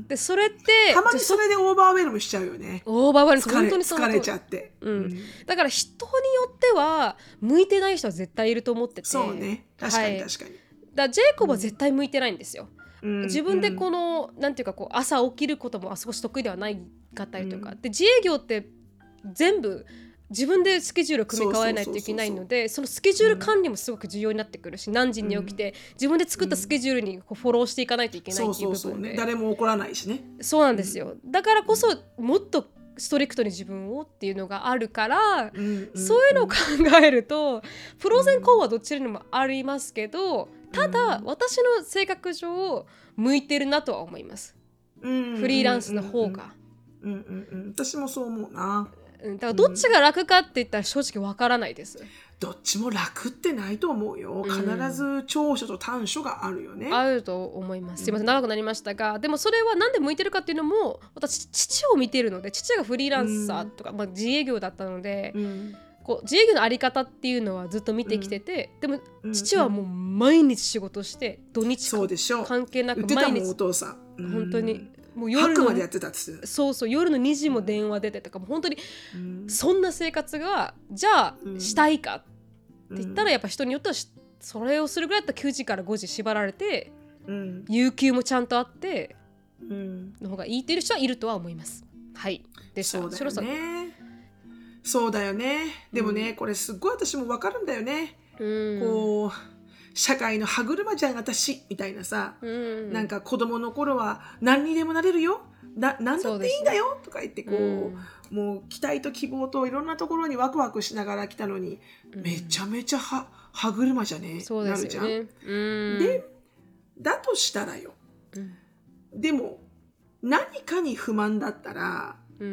でそれってたまにそれでオーバーウェルムしちゃうよね。 オーバーウェルム、 本当に疲れちゃって、 うんうん、だから人によっては向いてない人は絶対いると思ってて。 そうね、確かに確かに、はい、 だジェイコブは絶対向いてないんですよ、うん、自分でこの、うん、なんていうかこう朝起きることも少し得意ではないかったりとか、うん、で自営業って全部自分でスケジュールを組み替えないといけないので、そのスケジュール管理もすごく重要になってくるし、うん、何時に起きて自分で作ったスケジュールにこうフォローしていかないといけないっていう部分で、 そうそうそう、ね、誰も怒らないしね。 そうなんですよ、うん、だからこそもっとストリクトに自分をっていうのがあるから、うんうんうん、そういうのを考えるとプロセンコンはどちらにもありますけど、ただ私の性格上向いてるなとは思います、うん、フリーランスの方が、 うんうんうん、私もそう思うな。 だからどっちが楽かって言ったら正直わからないです、うん、 どっちも楽ってないと思うよ。必ず長所と短所があるよね、うん、 あると思います。すいません長くなりましたが、でもそれはなんで向いてるかっていうのも私父を見てるので、父がフリーランサーとか、うんまあ、自営業だったので、うん、こう自営業のあり方っていうのはずっと見てきてて、うん、でも父はもう毎日仕事して土日関係なく毎日、 お父さん、 うん、本当にもう夜のまでやってたっつって、 そうそう夜のにじも電話出てとか、もう本当にそんな生活がじゃあしたいかって言ったら、やっぱ人によってはそれをするぐらいだったらくじからごじ縛られて、うん、有給もちゃんとあっての方がいいっていう人はいるとは思います。はいでした。 そうだよね、そうだよね。でもね、うん、これすっごい私も分かるんだよね、うん、こう社会の歯車じゃん私みたいなさ、うん、なんか子供の頃は何にでもなれるよ、な何だっていいんだよとか言ってこう、うん、もう期待と希望といろんなところにワクワクしながら来たのに、うん、めちゃめちゃ歯歯車じゃねそうですよね、なるじゃん、 うん、でだとしたらよ、うん、でも何かに不満だったら、うん、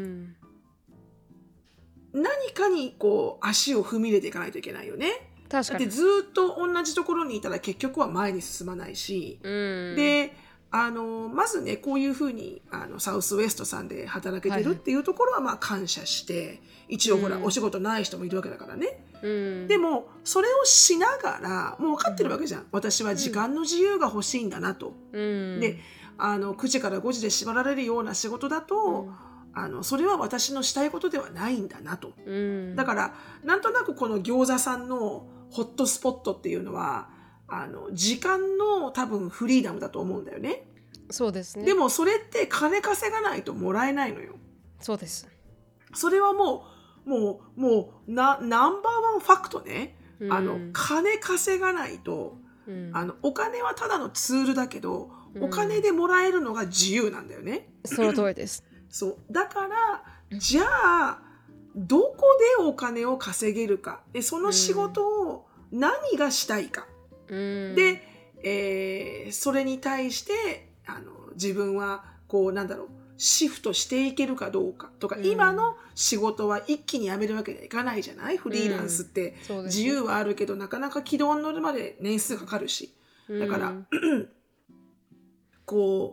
何かにこう足を踏み入れていかないといけないよね。 確かに。 だってずっと同じところにいたら結局は前に進まないし、うん、であのまずねこういうふうにあのサウスウエストさんで働けてるっていうところはまあ感謝して、はいはい、一応ほら、うん、お仕事ない人もいるわけだからね、うん、でもそれをしながらもう分かってるわけじゃん、うん、私は時間の自由が欲しいんだなと、うん、であのくじからごじで縛られるような仕事だと、うんあのそれは私のしたいことではないんだなと、うん、だからなんとなくこの餃子さんのホットスポットっていうのはあの時間の多分フリーダムだと思うんだよね。 そうですね。 でもそれって金稼がないともらえないのよ。 そうです。 それはもうもうもうなナンバーワンファクトね、うん、あの金稼がないと、うん、あのお金はただのツールだけど、うん、お金でもらえるのが自由なんだよね。 その通りです。 そうだからじゃあどこでお金を稼げるかでその仕事を何がしたいか、うん、で、えー、それに対してあの自分はこうなんだろうシフトしていけるかどうかとか、うん、今の仕事は一気に辞めるわけにはいかないじゃない。フリーランスって自由はあるけど、うん、なかなか軌道に乗るまで年数かかるしだから、うん、こう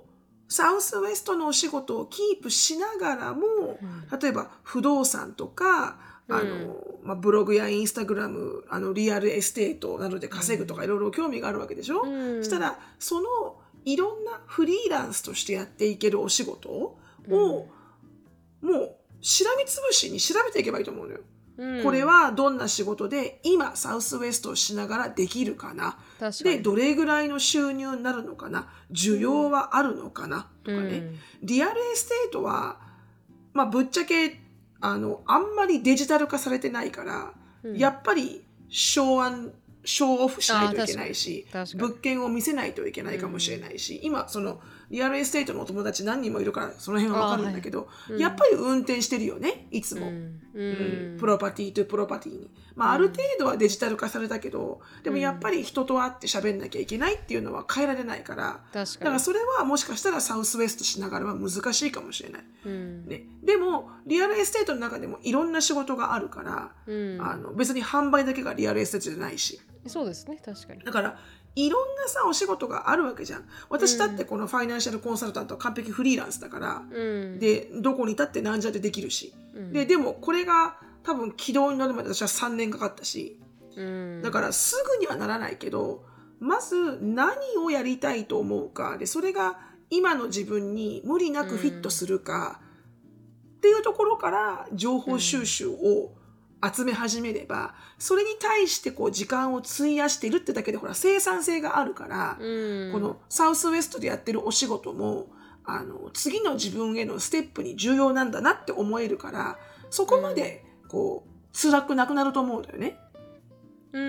サウスウエストのお仕事をキープしながらも、うん、例えば不動産とか、あの、うん、まあ、ブログやインスタグラム、あのリアルエステートなどで稼ぐとかいろいろ興味があるわけでしょ、うん、したらそのいろんなフリーランスとしてやっていけるお仕事を、うん、もうしらみつぶしに調べていけばいいと思うのよ。うん、これはどんな仕事で今サウスウエストをしながらできるかな、でどれぐらいの収入になるのかな、需要はあるのかなとかね、うん、リアルエステートは、まあ、ぶっちゃけあのあんまりデジタル化されてないから、うん、やっぱりショーアンショーオフしないといけないし、物件を見せないといけないかもしれないし、うん、今そのリアルエステートのお友達何人もいるからその辺は分かるんだけど、はいうん、やっぱり運転してるよねいつも、うんうん、プロパティとプロパティに、まあ、ある程度はデジタル化されたけど、でもやっぱり人と会って喋んなきゃいけないっていうのは変えられないから、確かにだからそれはもしかしたらサウスウエストしながらは難しいかもしれない、うんね、でもリアルエステートの中でもいろんな仕事があるから、うん、あの別に販売だけがリアルエステートじゃないし、 そうですね、確かに。 だからいろんなさお仕事があるわけじゃん。私だってこのファイナンシャルコンサルタントは完璧フリーランスだから、うん、でどこにいたってなんじゃでできるし、うん、ででもこれが多分軌道に乗るまで私はさんねんかかったし、うん、だからすぐにはならないけど、まず何をやりたいと思うかで、それが今の自分に無理なくフィットするか、うん、っていうところから情報収集を集め始めれば、それに対してこう時間を費やしてるってだけでほら生産性があるから、うん、このサウスウエストでやってるお仕事もあの次の自分へのステップに重要なんだなって思えるから、そこまでこう辛くなくなると思うんだよね。 うん、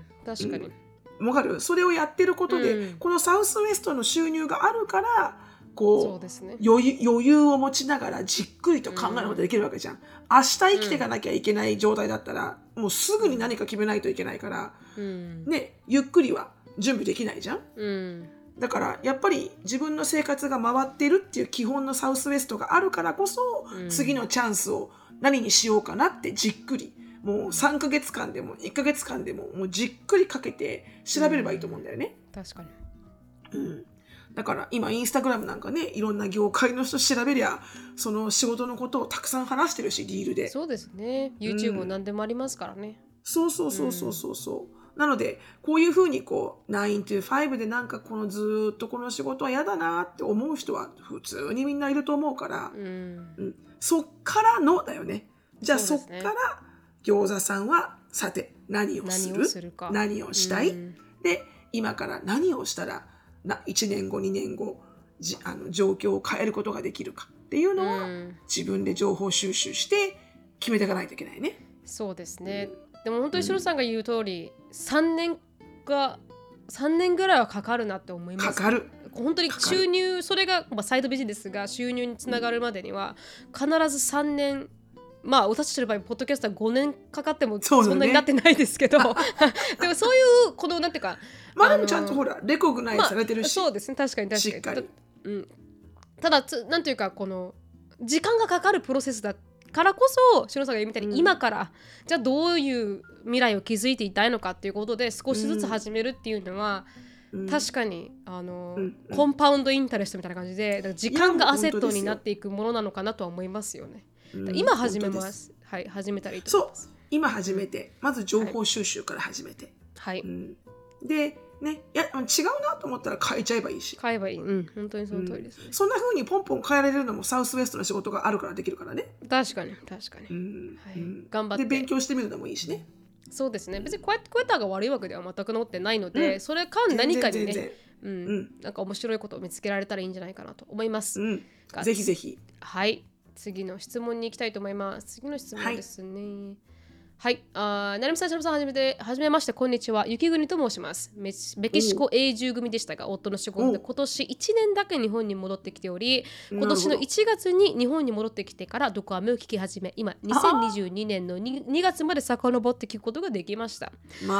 確かに。 うん、わかる？それをやってることで、うん、このサウスウエストの収入があるからこう、そうですね、余裕、余裕を持ちながらじっくりと考えることができるわけじゃん。うん、明日生きていかなきゃいけない状態だったら、うん、もうすぐに何か決めないといけないから、うん、ね、ゆっくりは準備できないじゃん。うん、だからやっぱり自分の生活が回っているっていう基本のサウスウエストがあるからこそ、うん、次のチャンスを何にしようかなってじっくりもうさんかげつかんでもいっかげつかんでももうじっくりかけて調べればいいと思うんだよね。 うん、確かに。 うん、だから今インスタグラムなんかね、いろんな業界の人調べりゃその仕事のことをたくさん話してるし、リールで。 そうですね。 YouTube も何でもありますからね。 うん、そうそうそうそうそうそう、うん、なのでこういうふうにこうナインとファイブでなんかこのずっとこの仕事は嫌だなって思う人は普通にみんないると思うから、うんうん、そっからのだよね。じゃあ そ,、ね、そっから餃子さんはさて何をする、何をするか、何をしたい、うん、で今から何をしたらないちねんごにねんごじあの状況を変えることができるかっていうのは、うん、自分で情報収集して決めていかないといけないね。 そうですね、うん、でも本当にシロさんが言う通り、うん、さんねんがさんねんぐらいはかかるなって思います。 かかる。 本当に収入、それが、まあ、サイドビジネスが収入につながるまでには、うん、必ずさんねん、まあ私たちの場合ポッドキャストはごねんかかってもそんなになってないですけど、ね、でもそういうこのなんていうか、 まあでもちゃんとほらレコグナイズされてるし、 まあ、そうですね、確かに確かにしっかり、うん、ただなんていうかこの時間がかかるプロセスだからこそ、シロさんが言うみたいに今から、うん、じゃあどういう未来を築いていたいのかっていうことで少しずつ始めるっていうのは、うん、確かにあの、うんうん、コンパウンドインタレストみたいな感じで時間がアセットになっていくものなのかなとは思いますよね。今始めます。はい、始めたらいいと思います。 そう、今始めて、まず情報収集から始めて、 はい、うん、 でね、いや違うなと思ったら変えちゃえばいいし、 変えばいい、うん、本当にその通りですね、 うん、そんな風にポンポン変えられるのもサウスウエストの仕事があるからできるからね。 確かに確かに、うんはいうん、頑張ってで勉強してみるのもいいしね。 そうですね、別にこうやってクエターが悪いわけでは全く思ってないので、うん、それか何かにね、うんうん、なんか面白いことを見つけられたらいいんじゃないかなと思います、うん、 ぜひぜひ。 はい、次の質問に行きたいと思います。次の質問ですね。はい、はい、あなるみさん、しのぶさん、はじめて、はじめまして、こんにちは。雪国と申します。メキシコ永住組でしたが、夫の仕事で今年いちねんだけ日本に戻ってきており、今年のいちがつに日本に戻ってきてからドクアメを聞き始め、今にせんにじゅうにねんの 2, にがつまで遡って聞くことができました。 まあ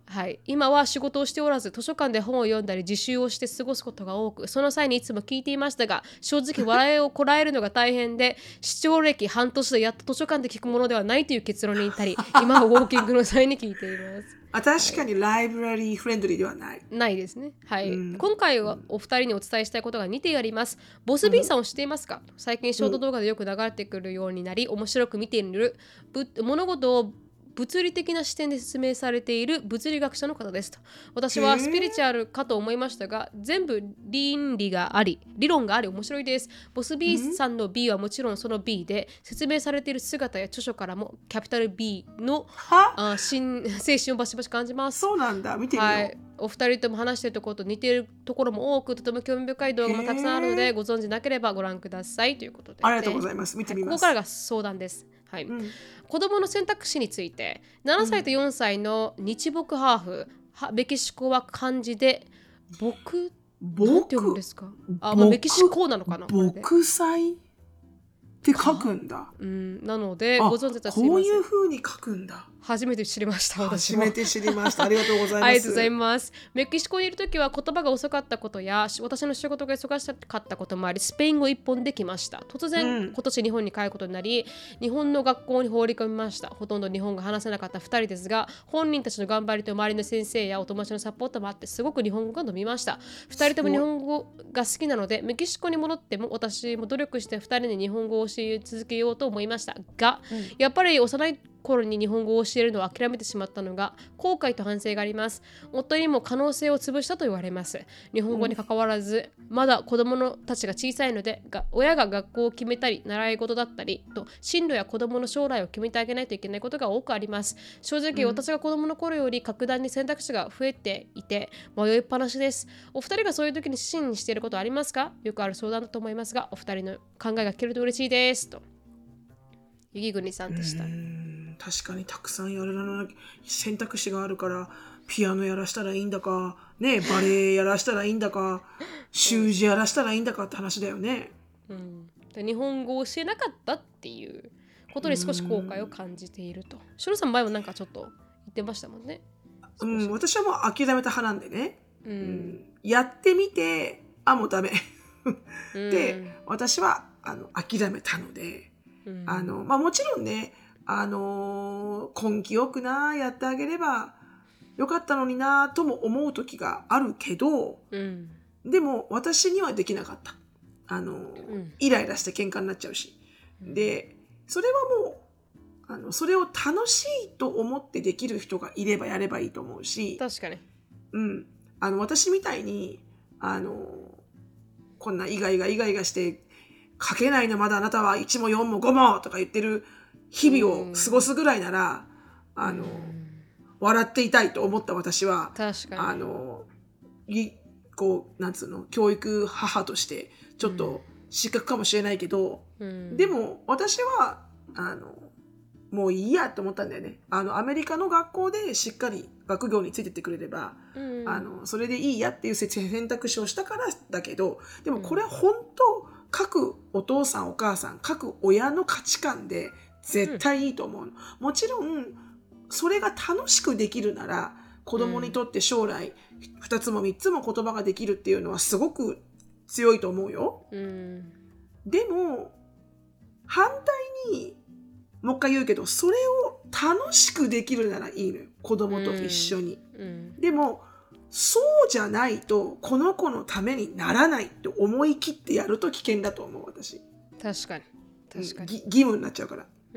はい、今は仕事をしておらず図書館で本を読んだり自習をして過ごすことが多く、その際にいつも聞いていましたが、正直笑いをこらえるのが大変で視聴歴半年でやっと図書館で聞くものではないという結論に至り、今はウォーキングの際に聞いていますあ、確かにライブラリーフレンドリーではない。 ないですね。はい、 うん、 今回はお二人にお伝えしたいことがにてんあります。ボス B さんを知っていますか？最近ショート動画でよく流れてくるようになり、面白く見ている物事を物理的な視点で説明されている物理学者の方ですと。私はスピリチュアルかと思いましたが、全部倫理があり理論があり面白いです。ボス B さんの B はもちろんその B で、説明されている姿や著書からもキャピタル B のあ新精神をバシバシ感じます。 そうなんだ、見てみよう。はい、 お二人とも話しているところと似ているところも多く、とても興味深い動画もたくさんあるので、ご存知なければご覧くださいということで、 ありがとうございます。見てみます。 はい、ここからが相談です。はい、うん、子供の選択肢について、ななさいとよんさいの日木ハーフ、うん、メキシコは漢字で僕なんて読むんですか？あ、まあ、メキシコなのかな。 僕祭って書くんだ。 うん、なのでご存知だったらすみません。こういう風に書くんだ。 初めて知りました。 私も初めて知りました。ありがとうございます。 ありがとうございます。メキシコにいるときは言葉が遅かったことや、私の仕事が忙しかったこともあり、スペイン語一本できました。突然、うん、今年日本に帰ることになり、日本の学校に放り込みました。ほとんど日本語話せなかったふたりですが、本人たちの頑張りと周りの先生やお友達のサポートもあって、すごく日本語が伸びました。ふたりとも日本語が好きなので、メキシコに戻っても私も努力してふたりに日本語を教え続けようと思いましたが、うん、やっぱり幼い頃に日本語を教えるのを諦めてしまったのが後悔と反省があります。夫にも可能性を潰したと言われます。日本語に関わらず、うん、まだ子供のたちが小さいので、が親が学校を決めたり習い事だったりと進路や子供の将来を決めてあげないといけないことが多くあります。正直、うん、私が子供の頃より格段に選択肢が増えていて迷いっぱなしです。お二人がそういう時に指針にしていることはありますか？よくある相談だと思いますが、お二人の考えが聞けると嬉しいですと。雪国さんでした。 確かにたくさんやる選択肢があるから、ピアノやらしたらいいんだか、ね、バレエやらしたらいいんだか、習字やらしたらいいんだかって話だよね。 うん、で日本語を教えなかったっていうことに少し後悔を感じていると。ショロさん前もなんかちょっと言ってましたもんね。 うん、私はもう諦めた派なんでね、うんうん、やってみて、あ、もうダメで、うん、私はあの諦めたので、うん、あのまあ、もちろんね、あのー、根気よくなやってあげればよかったのになとも思う時があるけど、うん、でも私にはできなかった。あのーうん、イライラして喧嘩になっちゃうし、でそれはもうあのそれを楽しいと思ってできる人がいればやればいいと思うし、 確かに、 うん、あの私みたいにあのー、こんなイガイガイガイガして書けないのまだあなたはいちもよんもごもとか言ってる日々を過ごすぐらいなら、うん、あの笑っていたいと思った私は、 確かに、 あのこうなんつうの、教育母としてちょっと失格かもしれないけど、うん、でも私はあのもういいやと思ったんだよね。あのアメリカの学校でしっかり学業についてってくれれば、うん、あのそれでいいやっていう選択肢をしたからだけど、でもこれは本当、各お父さんお母さん各親の価値観で絶対いいと思うの、うん、もちろんそれが楽しくできるなら子供にとって将来ふたつもみっつも言葉ができるっていうのはすごく強いと思うよ、うん、でも反対にもう一回言うけど、それを楽しくできるならいいのよ、子供と一緒に、うんうん、でもそうじゃないとこの子のためにならないって思い切ってやると危険だと思う。私確かに確かに、 義務になっちゃうから。 うん、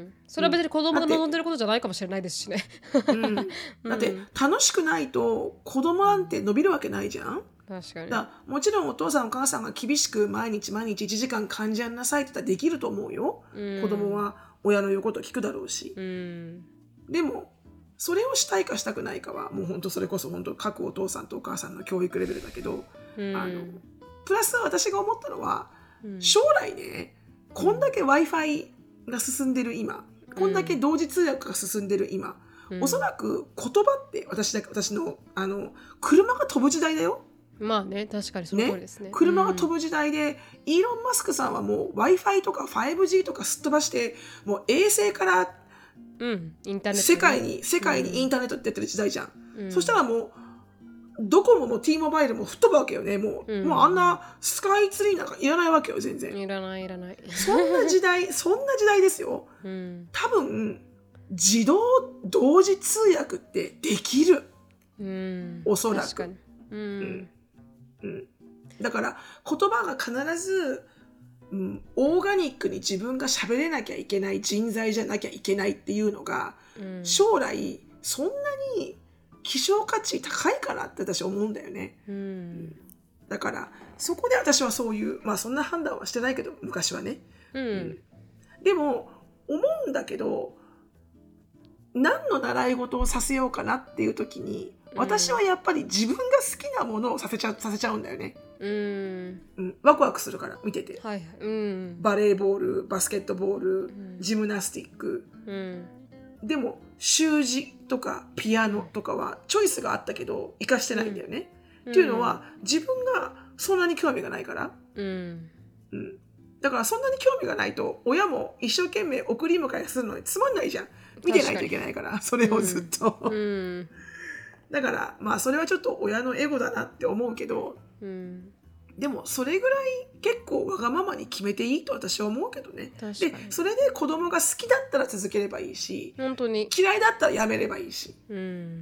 それは別に子供が望んでることじゃないかもしれないですしね、 うん、だって楽しくないと子供なんて伸びるわけないじゃん。 確かに。 だからもちろんお父さんお母さんが厳しく毎日毎日いちじかん漢字やんなさいって言ったらできると思うよ、うん、子供は親の言うことを聞くだろうし、うん、でもそれをしたいかしたくないかはもう本当それこそ本当各お父さんとお母さんの教育レベルだけど、うん、あのプラス私が思ったのは、うん、将来ねこんだけ Wi-Fi が進んでる今、こんだけ同時通訳が進んでる今、うん、おそらく言葉って私だ私のあの車が飛ぶ時代だよ。 まあね、確かにその通りですね。 ね、車が飛ぶ時代で、うん、イーロン・マスクさんはもう Wi-Fi とか ファイブジー とかすっ飛ばしてもう衛星からうん、インターネット、ね、 世界に世界にインターネットってやってる時代じゃん、 うん、 そしたらもうドコモも T モバイルも吹っ飛ぶわけよね。もう、うん、もうあんなスカイツリーなんかいらないわけよ、全然。 いらないいらない。 そんな時代、そんな時代ですよ。うん、多分自動同時通訳ってできる。うん、おそらく。確かに。うんうんうん、だから言葉が必ず、うん、オーガニックに自分が喋れなきゃいけない人材じゃなきゃいけないっていうのが、うん、将来そんなに希少価値高いかなって私思うんだよね、うん、だからそこで私はそういうまあそんな判断はしてないけど昔はね、うんうん、でも思うんだけど何の習い事をさせようかなっていう時に私はやっぱり自分が好きなものをさせちゃう、させちゃうんだよね、うんうん、ワクワクするから見てて、はいうん、バレーボール、バスケットボール、うん、ジムナスティック、うん、でも習字とかピアノとかはチョイスがあったけど活かしてないんだよね、うん、っていうのは自分がそんなに興味がないから、うんうん、だからそんなに興味がないと親も一生懸命送り迎えするのにつまんないじゃん。見てないといけないからそれをずっと、うんうん、だからまあそれはちょっと親のエゴだなって思うけど、うん、でもそれぐらい結構わがままに決めていいと私は思うけどね。でそれで子供が好きだったら続ければいいし本当に嫌いだったらやめればいいし、うんうん、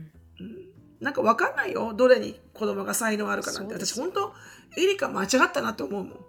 なんかわかんないよどれに子供が才能あるかなんて。私本当エリカ間違ったなって思うもん、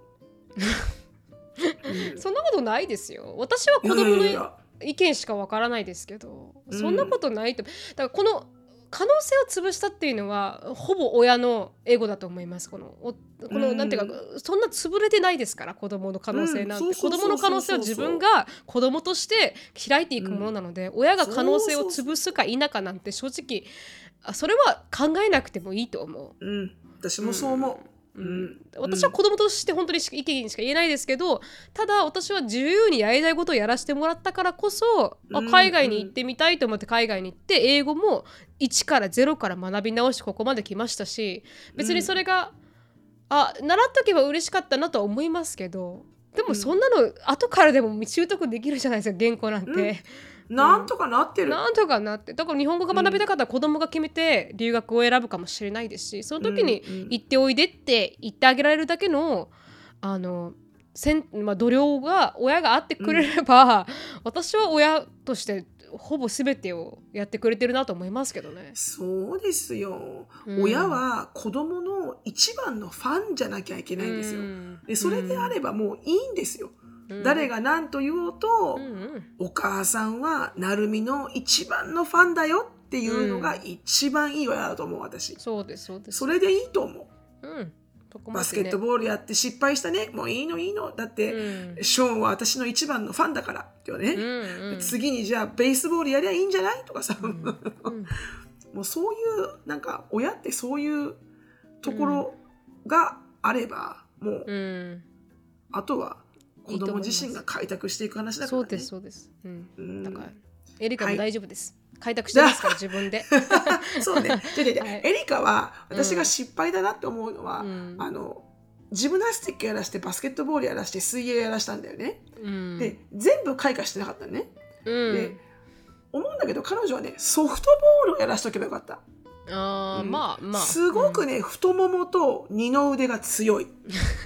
うん、そんなことないですよ。私は子供の意見しかわからないですけど、うん、そんなことないと。だからこの可能性を潰したっていうのはほぼ親のエゴだと思います。このこのなんていうか、うん、そんな潰れてないですから子供の可能性なんて、子供の可能性を自分が子供として開いていくものなので、うん、親が可能性を潰すか否かなんて正直それは考えなくてもいいと思う。うん、 私もそう思う。うんうん、私は子供として本当に意見しか言えないですけど、ただ私は自由にやりたいことをやらせてもらったからこそ、うん、海外に行ってみたいと思って海外に行って英語もいちからゼロから学び直してここまで来ましたし、別にそれが、うん、あ習っとけば嬉しかったなとは思いますけど、でもそんなの後からでも習得できるじゃないですか言語なんて、うんなんとかなってる、 うん、なんとかなってだから日本語が学びたかったら子供が決めて留学を選ぶかもしれないですし、その時に行っておいでって言ってあげられるだけの、あのせん、まあ、度量が親があってくれれば、うん、私は親としてほぼ全てをやってくれてるなと思いますけどね。 そうですよ、うん、親は子供の一番のファンじゃなきゃいけないんですよ、うん、でそれであればもういいんですよ、うん、誰が何と言おうと、うんうん、お母さんはなるみの一番のファンだよっていうのが一番いい親だと思う私。 そうですそうです。 それでいいと思う、うん、バスケットボールやって失敗したね、もういいのいいのだって、うん、ショーンは私の一番のファンだからってね、うんうん、次にじゃあベースボールやりゃいいんじゃないとかさ、うんうん、もうそういうなんか親ってそういうところがあれば、うん、もう、うん、あとは子供自身が開拓していく話だからね。 そうですそうです、うんうん、だからエリカも大丈夫です、はい、開拓してますから自分でそうね、ででで、はい、エリカは私が失敗だなって思うのは、うん、あのジムナスティックやらしてバスケットボールやらして水泳やらしたんだよね、うん、で全部開花してなかったのね、うん、で思うんだけど彼女はねソフトボールをやらしとけばよかった。 あうん、まあまあすごくね、うん、太ももと二の腕が強い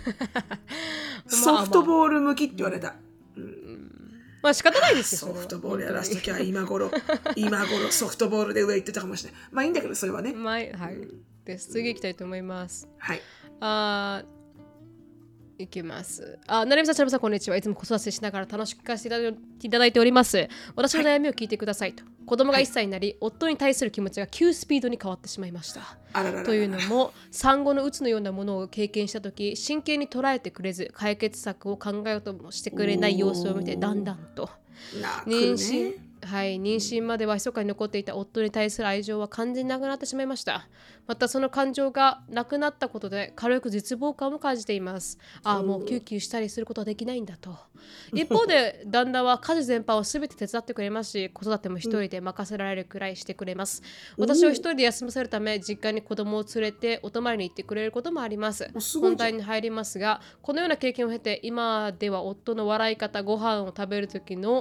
ソフトボール向きって言われた、 うんうん、まあ仕方ないですよソフトボールやらしときゃ今頃今頃ソフトボールで上行ってたかもしれない。まあいいんだけどそれはね、 まあ、はい、うん、で次行きたいと思います、 はい。 あいきます。あ、なるみさん、ちなみさん、こんにちは。いつも子育てしながら楽しく聞かせていただいております。私の悩みを聞いてくださいと。はい、子供がいっさいになり、はい、夫に対する気持ちが急スピードに変わってしまいました。 あららららというのも、産後のうつのようなものを経験したとき、真剣に捉えてくれず、解決策を考えようともしてくれない様子を見て、だんだんと。妊娠、はい、妊娠までは密かに残っていた夫に対する愛情は完全になくなってしまいました。またその感情がなくなったことで軽く絶望感を感じています。ああ、もうキューキューしたりすることはできないんだと。一方で旦那は家事全般を全て手伝ってくれますし、子育ても一人で任せられるくらいしてくれます。私を一人で休ませるため実家に子供を連れてお泊まりに行ってくれることもあります。本題に入りますが、このような経験を経て今では夫の笑い方、ご飯を食べる時の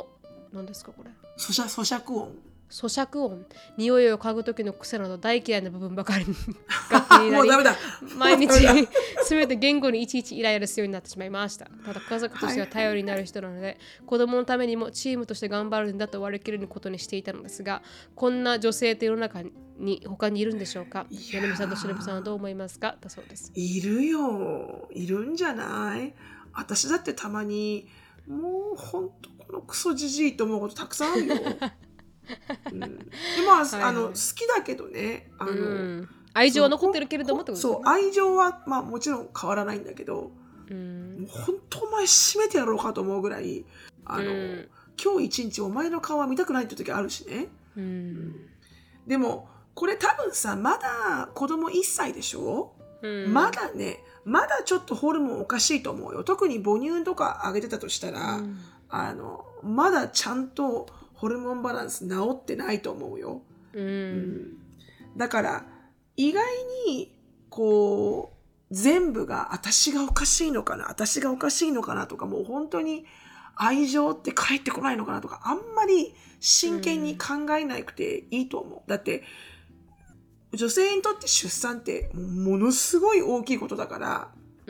何ですかこれ。 咀嚼咀嚼音。 咀嚼音、匂いを嗅ぐ時の癖など大嫌いな部分ばかりが気になりもうダメだ。 毎日すべて言語にいちいちイライラするようになってしまいました。ただ家族としては頼りになる人なので、はい、子供のためにもチームとして頑張るんだと割り切ることにしていたのですが、こんな女性って世の中に他にいるんでしょうか。やるみさんとしのぶさんはどう思いますか、だそうです。 いるよ、いるんじゃない。私だってたまにもうほんとこのクソじじいと思うことたくさんあるよ。うん、でまあ、はいはい、あの好きだけどね、あの、うん、 愛情は残ってるけれどもってことですね。 そう、愛情は、まあ、もちろん変わらないんだけど、うん、もう本当お前閉めてやろうかと思うぐらい、あの、うん、今日一日お前の顔は見たくないって時あるしね、うんうん、でもこれ多分さ、まだ子供いっさいでしょ、うん、まだね、まだちょっとホルモンおかしいと思うよ。特に母乳とかあげてたとしたら、うん、あのまだちゃんとホルモンバランス治ってないと思うよ、うんうん、だから意外にこう全部が私がおかしいのかな私がおかしいのかなとか、もう本当に愛情って返ってこないのかなとか、あんまり真剣に考えなくていいと思う、うん、だって女性にとって出産ってものすごい大きいことだから、うん、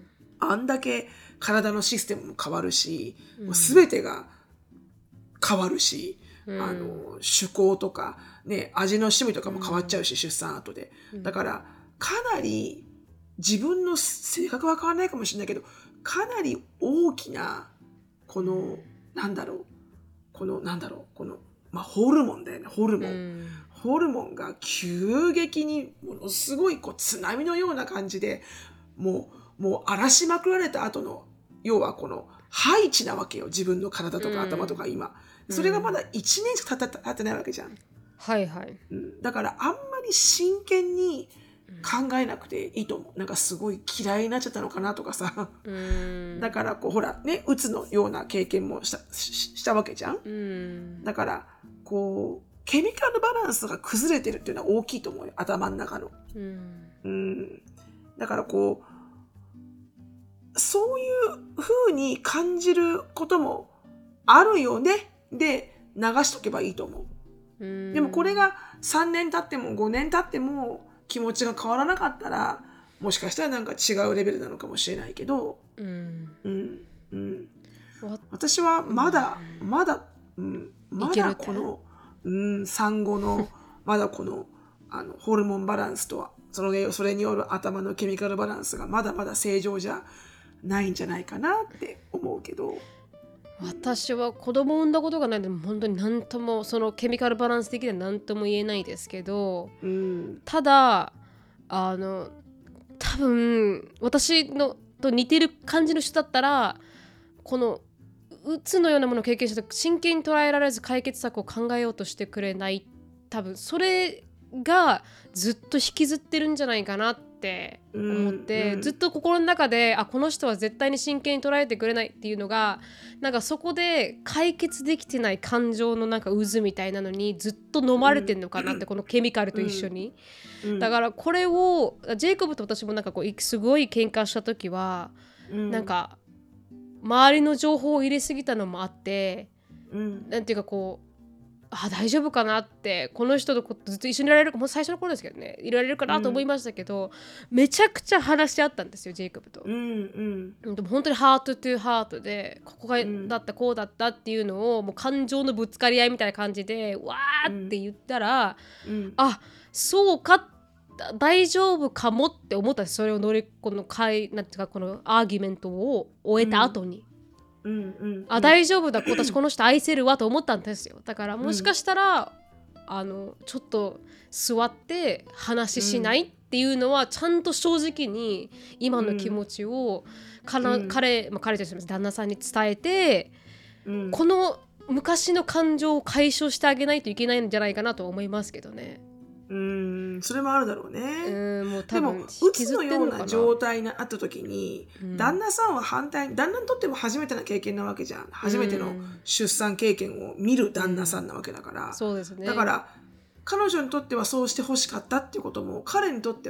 あんだけ体のシステムも変わるし、うん、もう全てが変わるし、うん、あの趣向とか、ね、味の趣味とかも変わっちゃうし、うん、出産後で、だからかなり自分の性格は変わらないかもしれないけど、かなり大きなこの、うん、なんだろうこのなんだろうこの、まあ、ホルモンだよね、ホルモン、うん、ホルモンが急激にものすごいこう津波のような感じでもうもう荒らしまくられた後の、要はこの配置なわけよ、自分の体とか頭とか今、うん、それがまだいちねんしか経ってないわけじゃん。 はいはい、 うん、だからあんまり真剣に考えなくていいと思う。なんかすごい嫌いになっちゃったのかなとかさ、うん、だからこうほらね、うつのような経験もした、し、したわけじゃん、うん、だからこうケミカルバランスが崩れてるっていうのは大きいと思うよ、頭の中の、うんうん、だからこうそういう風に感じることもあるよねで流しとけばいいと思う。うん、でもこれがさんねん経ってもごねん経っても気持ちが変わらなかったら、もしかしたらなんか違うレベルなのかもしれないけど、うんうんうん、私はまだ、うん、まだ、うん、まだこの、うん、産後のまだこの、あのホルモンバランスとはそのそれによる頭のケミカルバランスがまだまだ正常じゃないんじゃないかなって思うけど、 私は子供を産んだことがないので本当に何ともそのケミカルバランス的には何とも言えないですけど、うん、ただあの多分私のと似てる感じの人だったら、このうつのようなものを経験したと真剣に捉えられず解決策を考えようとしてくれない、多分それがずっと引きずってるんじゃないかなって思って、うんうん、ずっと心の中であこの人は絶対に真剣に捉えてくれないっていうのが、なんかそこで解決できてない感情のなんか渦みたいなのにずっと飲まれてんのかなって、うん、このケミカルと一緒に、うん、だからこれをジェイコブと私もなんかこうすごい喧嘩した時は、うん、なんか周りの情報を入れすぎたのもあって、うん、なんていうかこうあ大丈夫かなって、この人とずっと一緒にいられるかもう最初の頃ですけどね、いられるかなと思いましたけど、うん、めちゃくちゃ話し合ったんですよジェイコブと、うんうん、でも本当にハートトゥハートでここがだったこうだったっていうのをもう感情のぶつかり合いみたいな感じでわーって言ったら、うん、あそうか大丈夫かもって思ったんです。それを乗りこの会なんていうかこのアーギュメントを終えた後に、うんうんうん、あ大丈夫だ私この人愛せるわと思ったんですよ。だからもしかしたら、うん、あのちょっと座って話しないっていうのはちゃんと正直に今の気持ちをかな、うん、彼、まあ、彼として旦那さんに伝えて、うん、この昔の感情を解消してあげないといけないんじゃないかなと思いますけどね。 うーんそれもあるだろうね。うんもう多分でもうつのような状態にあった時に、うん、旦那さんは反対に、旦那にとっても初めての経験なわけじゃん。初めての出産経験を見る旦那さんなわけだから、うん、そうですね。だから彼女にとってはそうしてほしかったっていうことも彼にとっては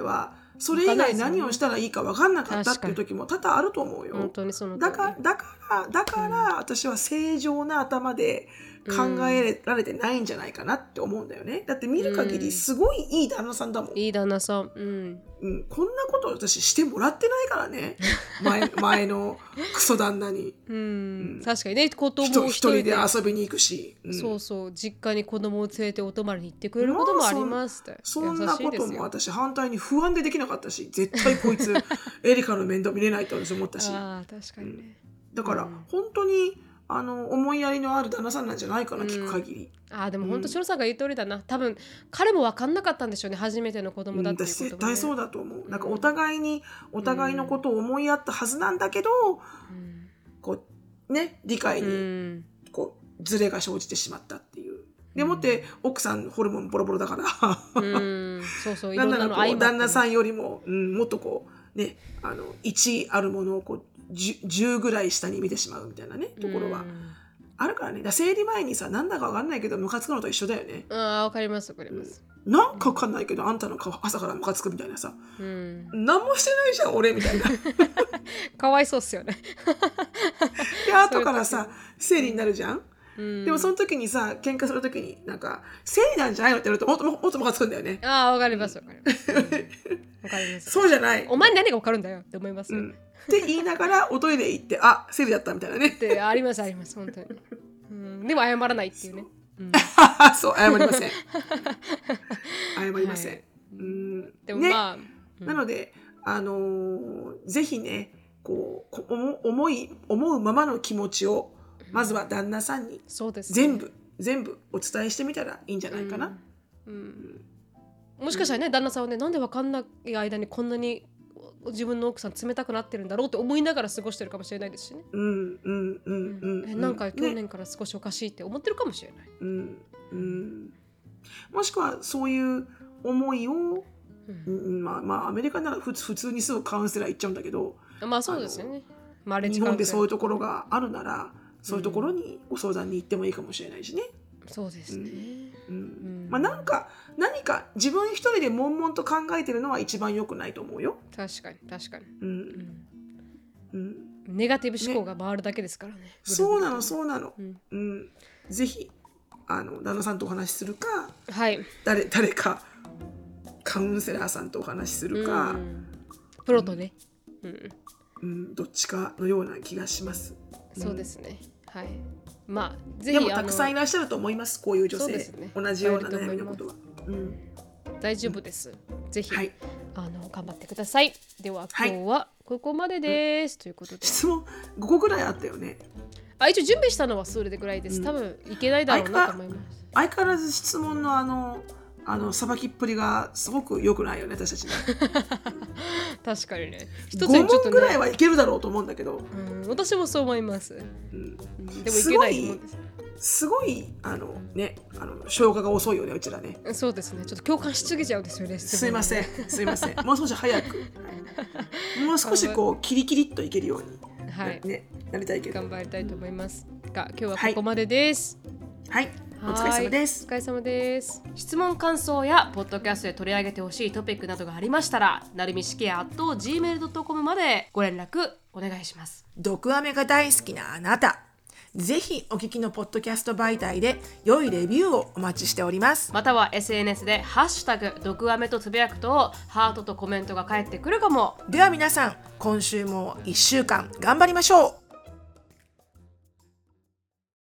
それ以外何をしたらいいか分かんなかったっていう時も多々あると思うよ。 本当にその通り。 だからだからだから私は正常な頭で考えられてないんじゃないかなって思うんだよね。だって見る限りすごいいい旦那さんだもん。 いい旦那さん。うん。 うん、こんなこと私してもらってないからね。前前のクソ旦那に。 うん。うん、確かにね、子供を一人で遊びに行くし、 うん。そうそう、実家に子供を連れてお泊まりに行ってくれることもありますって。まあ、 そ, そんなことも私反対に不安でできなかったし、絶対こいつエリカの面倒見れないと私思ったし。 ああ、確かにね。 うん、だから、うん、本当にあの思いやりのある旦那さんなんじゃないかな、うん、聞く限り。 ああ、でも本当シロさんが言う通りだな。多分彼も分かんなかったんでしょうね、初めての子供だっていうことも、ね。 絶対そうだと思う。なんかお互いにお互いのことを思いやったはずなんだけど、うん、こうね理解にこうズレが生じてしまったっていう。でもって奥さんホルモンボロボロだから。うん、そうそう。いろんなの相まってね。旦那さんよりも、うん、もっとこうねあのいちあるものをこうじゅうぐらい下に見てしまうみたいなねところはあるからね。だ生理前にさなんだか分かんないけどムカつくのと一緒だよね。 ああ分かります分かります、 うん、なんか分かんないけどあんたの顔朝からムカつくみたいなさ、うん、何もしてないじゃん俺みたいなかわいそうっすよねで後からさ生理になるじゃん、うん、でもその時にさ喧嘩する時になんか生理なんじゃないのって言われるともっともっとムカつくんだよね。 ああ分かります分かります、うん、分かりますそうじゃないお前に何が分かるんだよって思いますよ、うんって言いながらおトイレ行ってあ生理だったみたいなねってありますあります本当に、うん、でも謝らないっていうね、うん、 そう謝りません謝りません、はい、うんでもまあ、ねうん、なのであのー、ぜひねこう思い思うままの気持ちをまずは旦那さんに全部、うんね、全部お伝えしてみたらいいんじゃないかな、うんうんうん、もしかしたらね旦那さんはねなんで分かんない間にこんなに自分の奥さん冷たくなってるんだろうって思いながら過ごしてるかもしれないですしね。うんうんうんうん。えなんか去年から少しおかしいって思ってるかもしれない。うんうん。もしくはそういう思いを、うんうん、まあまあアメリカなら普通普通にすぐカウンセラー行っちゃうんだけど、 まあそうですよね。 まあ、日本でそういうところがあるなら、そういうところにご相談に行ってもいいかもしれないしね。 そうですね。 うんうんまあ、なんか何か自分一人で悶々と考えてるのは一番良くないと思うよ。 確かに確かに、うんうん、ネガティブ思考が回るだけですからね。ねそうなのそうなの、うんうん、ぜひあの旦那さんとお話しするか、 はい、 誰, 誰かカウンセラーさんとお話しするか、うん、 プロとね、 うんうん、どっちかのような気がします。 そうですね、はい。まあ、 ぜひでもたくさんいらっしゃると思います。こういう女性、ね、同じような悩みのことは、うん、 大丈夫です、うん、ぜひ、はい、あの頑張ってください。では今日はここまでです、はい、ということで質問ごこぐらいあったよね。 あ一応準備したのはそれでぐらいです、うん、多分いけないだろうなと思います。 相変わらず質問のあのあのさばきっぷりがすごく良くないよね私たちね確かにね一つにちょっと、ね、ごもんぐらいはいけるだろうと思うんだけど、 うん、私もそう思います、うん、でもいけないと思うんですすごいあのねあの消化が遅いよねうちらね。 そうですねちょっと共感しすぎちゃうんですよね。 すいませんすいませんもう少し早くもう少しこうキリキリっといけるように、はいね、なりたいけど頑張りたいと思いますが今日はここまでです。 はい、はいお疲れ様です。 お疲れ様です。質問感想やポッドキャストで取り上げてほしいトピックなどがありましたらなるみしきや アットジーメールドットコム までご連絡お願いします。 毒アメが大好きなあなたぜひお聞きのポッドキャスト媒体で良いレビューをお待ちしております。 または エスエヌエス でハッシュタグ毒アメとつぶやくとハートとコメントが返ってくるかも。 では皆さん今週もいっしゅうかん頑張りましょう。